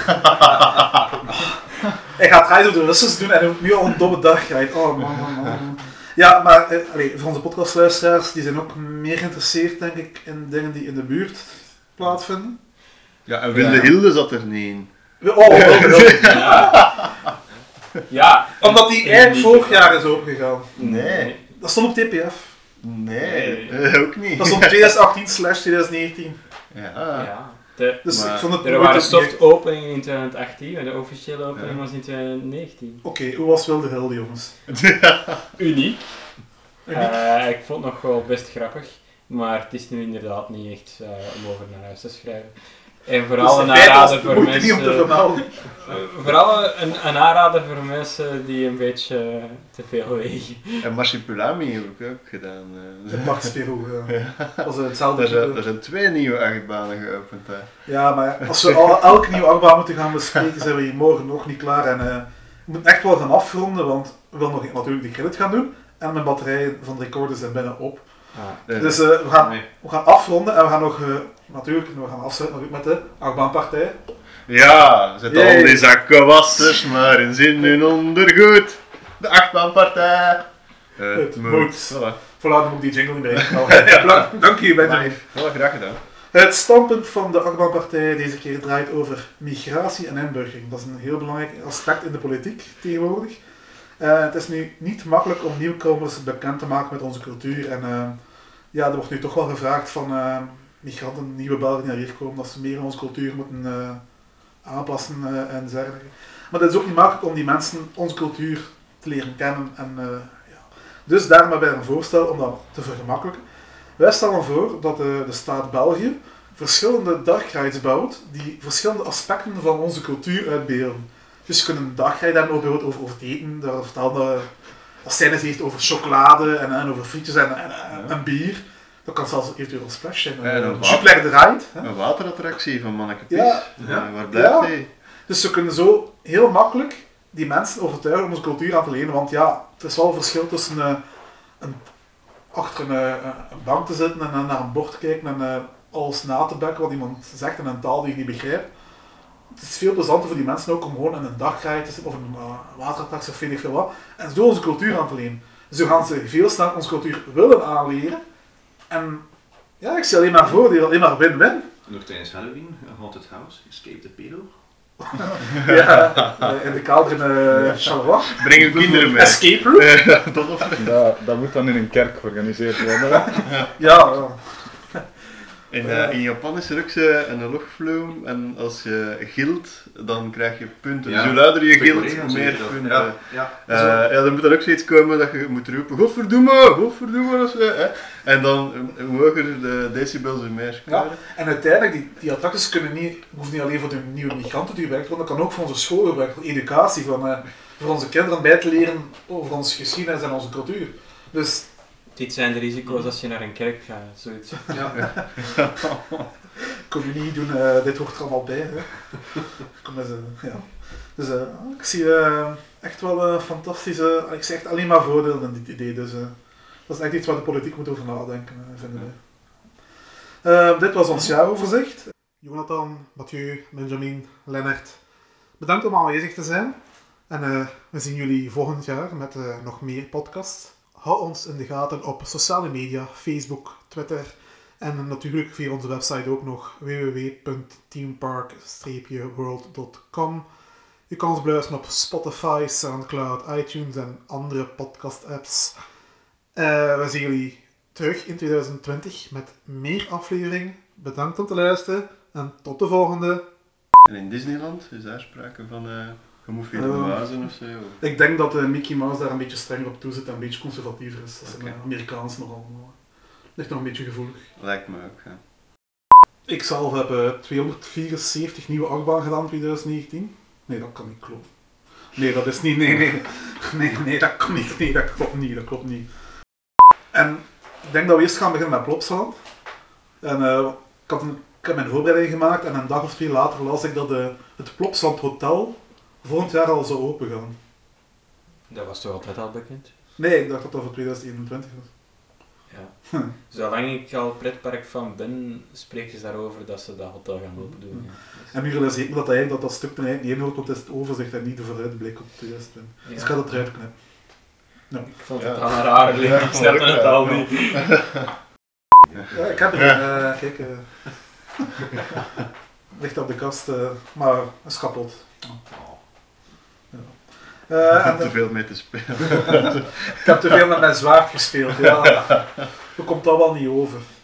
Hij gaat Rise of the Resistance doen en hij moet nu al een domme dag rijden. Oh man, man, man, man. Ja, maar eh, allee, voor onze podcastluisteraars, die zijn ook meer geïnteresseerd, denk ik, in dingen die in de buurt plaatsvinden. Ja, en Wilde Ja. Hilde zat er niet in. Oh, oh, oh, oh. Ja. Ja. Omdat die eigenlijk vorig jaar is opengegaan. Nee. Dat stond op T P F. Nee, Nee. eh, ook niet. Dat stond twintig achttien slash twintig negentien. Ja. Ja. De, Dus Maar ik vond het er nooit waren een soft project. openingen in twintig achttien en de officiële opening Ja. was in twintig negentien. Oké, hoe was Wilde Hilde, jongens? Uniek. Uniek. Eh, ik vond het nog wel best grappig, maar het is nu inderdaad niet echt uh, om over naar huis te schrijven. En vooral Dus een in feite was aanrader het voor moeite niet om te mensen. vermelden. Uh, vooral een, een aanrader voor mensen die een beetje uh, te veel wegen. En Marsupilami heb ik ook gedaan. eh. De Bart Spiro, ja. Dat was hetzelfde. Er zijn, er type. zijn twee nieuwe achtbanen geopend. Hè. Ja, maar als we al, elke nieuwe achtbaan moeten gaan bespreken, zijn we hier morgen nog niet klaar. En uh, we moeten echt wel gaan afronden, want we willen nog natuurlijk de credit gaan doen. En mijn batterijen van de recorder zijn bijna op. Ah. Eh, Dus uh, we, gaan, nee. we gaan afronden en we gaan nog uh, natuurlijk, we gaan afsluiten met de achtbaanpartij. Ja, zet Yay. al die zakkenwassers maar in zin hun ondergoed. De achtbaanpartij. Het, Het moet. moet. Voilà. Voilà, dan moet ik die jingle niet bij. Ja, bedankt. Dank je, Benjamin. Voilà, graag gedaan. Het standpunt van de achtbaanpartij deze keer draait over migratie en inburgering. Dat is een heel belangrijk aspect in de politiek tegenwoordig. Uh, het is nu niet makkelijk om nieuwkomers bekend te maken met onze cultuur. En uh, ja, er wordt nu toch wel gevraagd van uh, migranten, nieuwe Belgen die naar hier komen, dat ze meer aan onze cultuur moeten uh, aanpassen uh, en dergelijke. Maar het is ook niet makkelijk om die mensen onze cultuur te leren kennen. En, uh, ja. Dus daarom hebben wij een voorstel om dat te vergemakkelijken. Wij stellen voor dat de, de staat België verschillende dark bouwt die verschillende aspecten van onze cultuur uitbeelden. Dus je kunt een darkride hebben over, over, over het eten, daar vertellen dat, dat scènes heeft over chocolade en, en over frietjes en, en, en, en bier. Dat kan zelfs eventueel een splash zijn. Ja, een Jupiler de Ride. Een waterattractie van Manneke Pies. Ja. Ja. Uh, waar blijft Ja. hij? Dus ze kunnen zo heel makkelijk die mensen overtuigen om onze cultuur aan te lenen. Want ja, het is wel een verschil tussen uh, een, achter een, uh, een bank te zitten en uh, naar een bord te kijken en uh, alles na te bekken wat iemand zegt in een taal die je niet begrijpt. Het is veel plezanter voor die mensen ook om gewoon in een dagrij te zitten of een uh, waterattractie of weet ik veel wat. En zo onze cultuur aan te lenen. Zo gaan ze veel sneller onze cultuur willen aanleren. En ja, ik zie alleen maar voordelen, alleen maar win-win. Nog tijdens Halloween, Haunted House, Escape the Pedo. Ja, uh, in de kelder in uh, Charleroi. Breng uw kinderen mee. Escape room. Tot of Dat, dat moet dan in een kerk georganiseerd worden. Ja, ja. In, uh, in Japan is er ook zo een logvloem en als je gilt, dan krijg je punten. Ja. Dus hoe luider je Bij gilt, Korea hoe zie meer je dat. punten. Ja, ja. Uh, ja, er moet dan ook zoiets komen dat je moet roepen, godverdomme, godverdomme, of zo, hè. En dan, uh, hoe hoger de decibels, hoe meer scoren. Ja. En uiteindelijk, die, die attracties kunnen niet, hoeven niet alleen voor de nieuwe migranten te gebruikt worden, dat kan ook voor onze school gebruikt worden, voor educatie, van, uh, voor onze kinderen bij te leren over onze geschiedenis en onze cultuur. Dus Dit zijn de risico's als je naar een kerk gaat, zoiets. Ja. kom je niet doen, uh, dit hoort er allemaal bij. Hè. Kom eens, uh, ja. Dus uh, ik zie uh, echt wel een uh, fantastische, ik zeg echt alleen maar voordelen in dit idee. Dus uh, dat is echt iets waar de politiek moet over nadenken, uh, vinden wij. Uh, dit was ons jaaroverzicht. Jonathan, Mathieu, Benjamin, Lennart, bedankt om aanwezig te zijn. En uh, we zien jullie volgend jaar met uh, nog meer podcasts. Hou ons in de gaten op sociale media, Facebook, Twitter en natuurlijk via onze website ook nog w w w punt teampark world punt com. Je kan ons beluisteren op Spotify, Soundcloud, iTunes en andere podcast-apps. Uh, we zien jullie terug in tweeduizend twintig met meer afleveringen. Bedankt om te luisteren en tot de volgende. En in Disneyland is daar sprake van uh, gemoffeerde Uh, muizen of zo? Ik denk dat uh, Mickey Mouse daar een beetje strenger op toe zit en een beetje conservatiever is. Dat zijn Oké. okay. Amerikaans nogal. Ligt nog een beetje gevoelig. Lijkt me ook, ja. Ik zelf heb uh, tweehonderdvierenzeventig nieuwe achtbaan gedaan in tweeduizend negentien. Nee, dat kan niet kloppen. Nee, dat is niet. Nee, nee. Nee, nee, dat kan niet. Nee, dat klopt niet. Dat klopt niet. En ik denk dat we eerst gaan beginnen met Plopsaland. En uh, ik, had een, ik heb mijn voorbereiding gemaakt en een dag of twee later las ik dat uh, het Plopsaland Hotel volgend jaar al zou open gaan. Dat was toch altijd al bekend? Nee, ik dacht dat dat voor tweeduizend eenentwintig was. Ja. Zolang ik al pretpark van ben, spreken ze daarover dat ze dat hotel gaan open doen. Ja. Dus, En nu realiseer ik me dat dat, eigenlijk, dat, dat stuk er eigenlijk niet inhoort, want het is het overzicht en niet de vooruitblik op tweeduizend twintig. ja. Dus ik ga dat eruit knippen. Ja. Ik vond Ja. het al een rare link, ik snapte het al niet. Ja, ik heb er een, uh, kijk, uh, ligt op de kast, uh, maar is kapot. Ja. Uh, en, te uh, veel mee te spelen. ik heb te veel met mijn zwaard gespeeld, ja. Hoe komt dat wel niet over?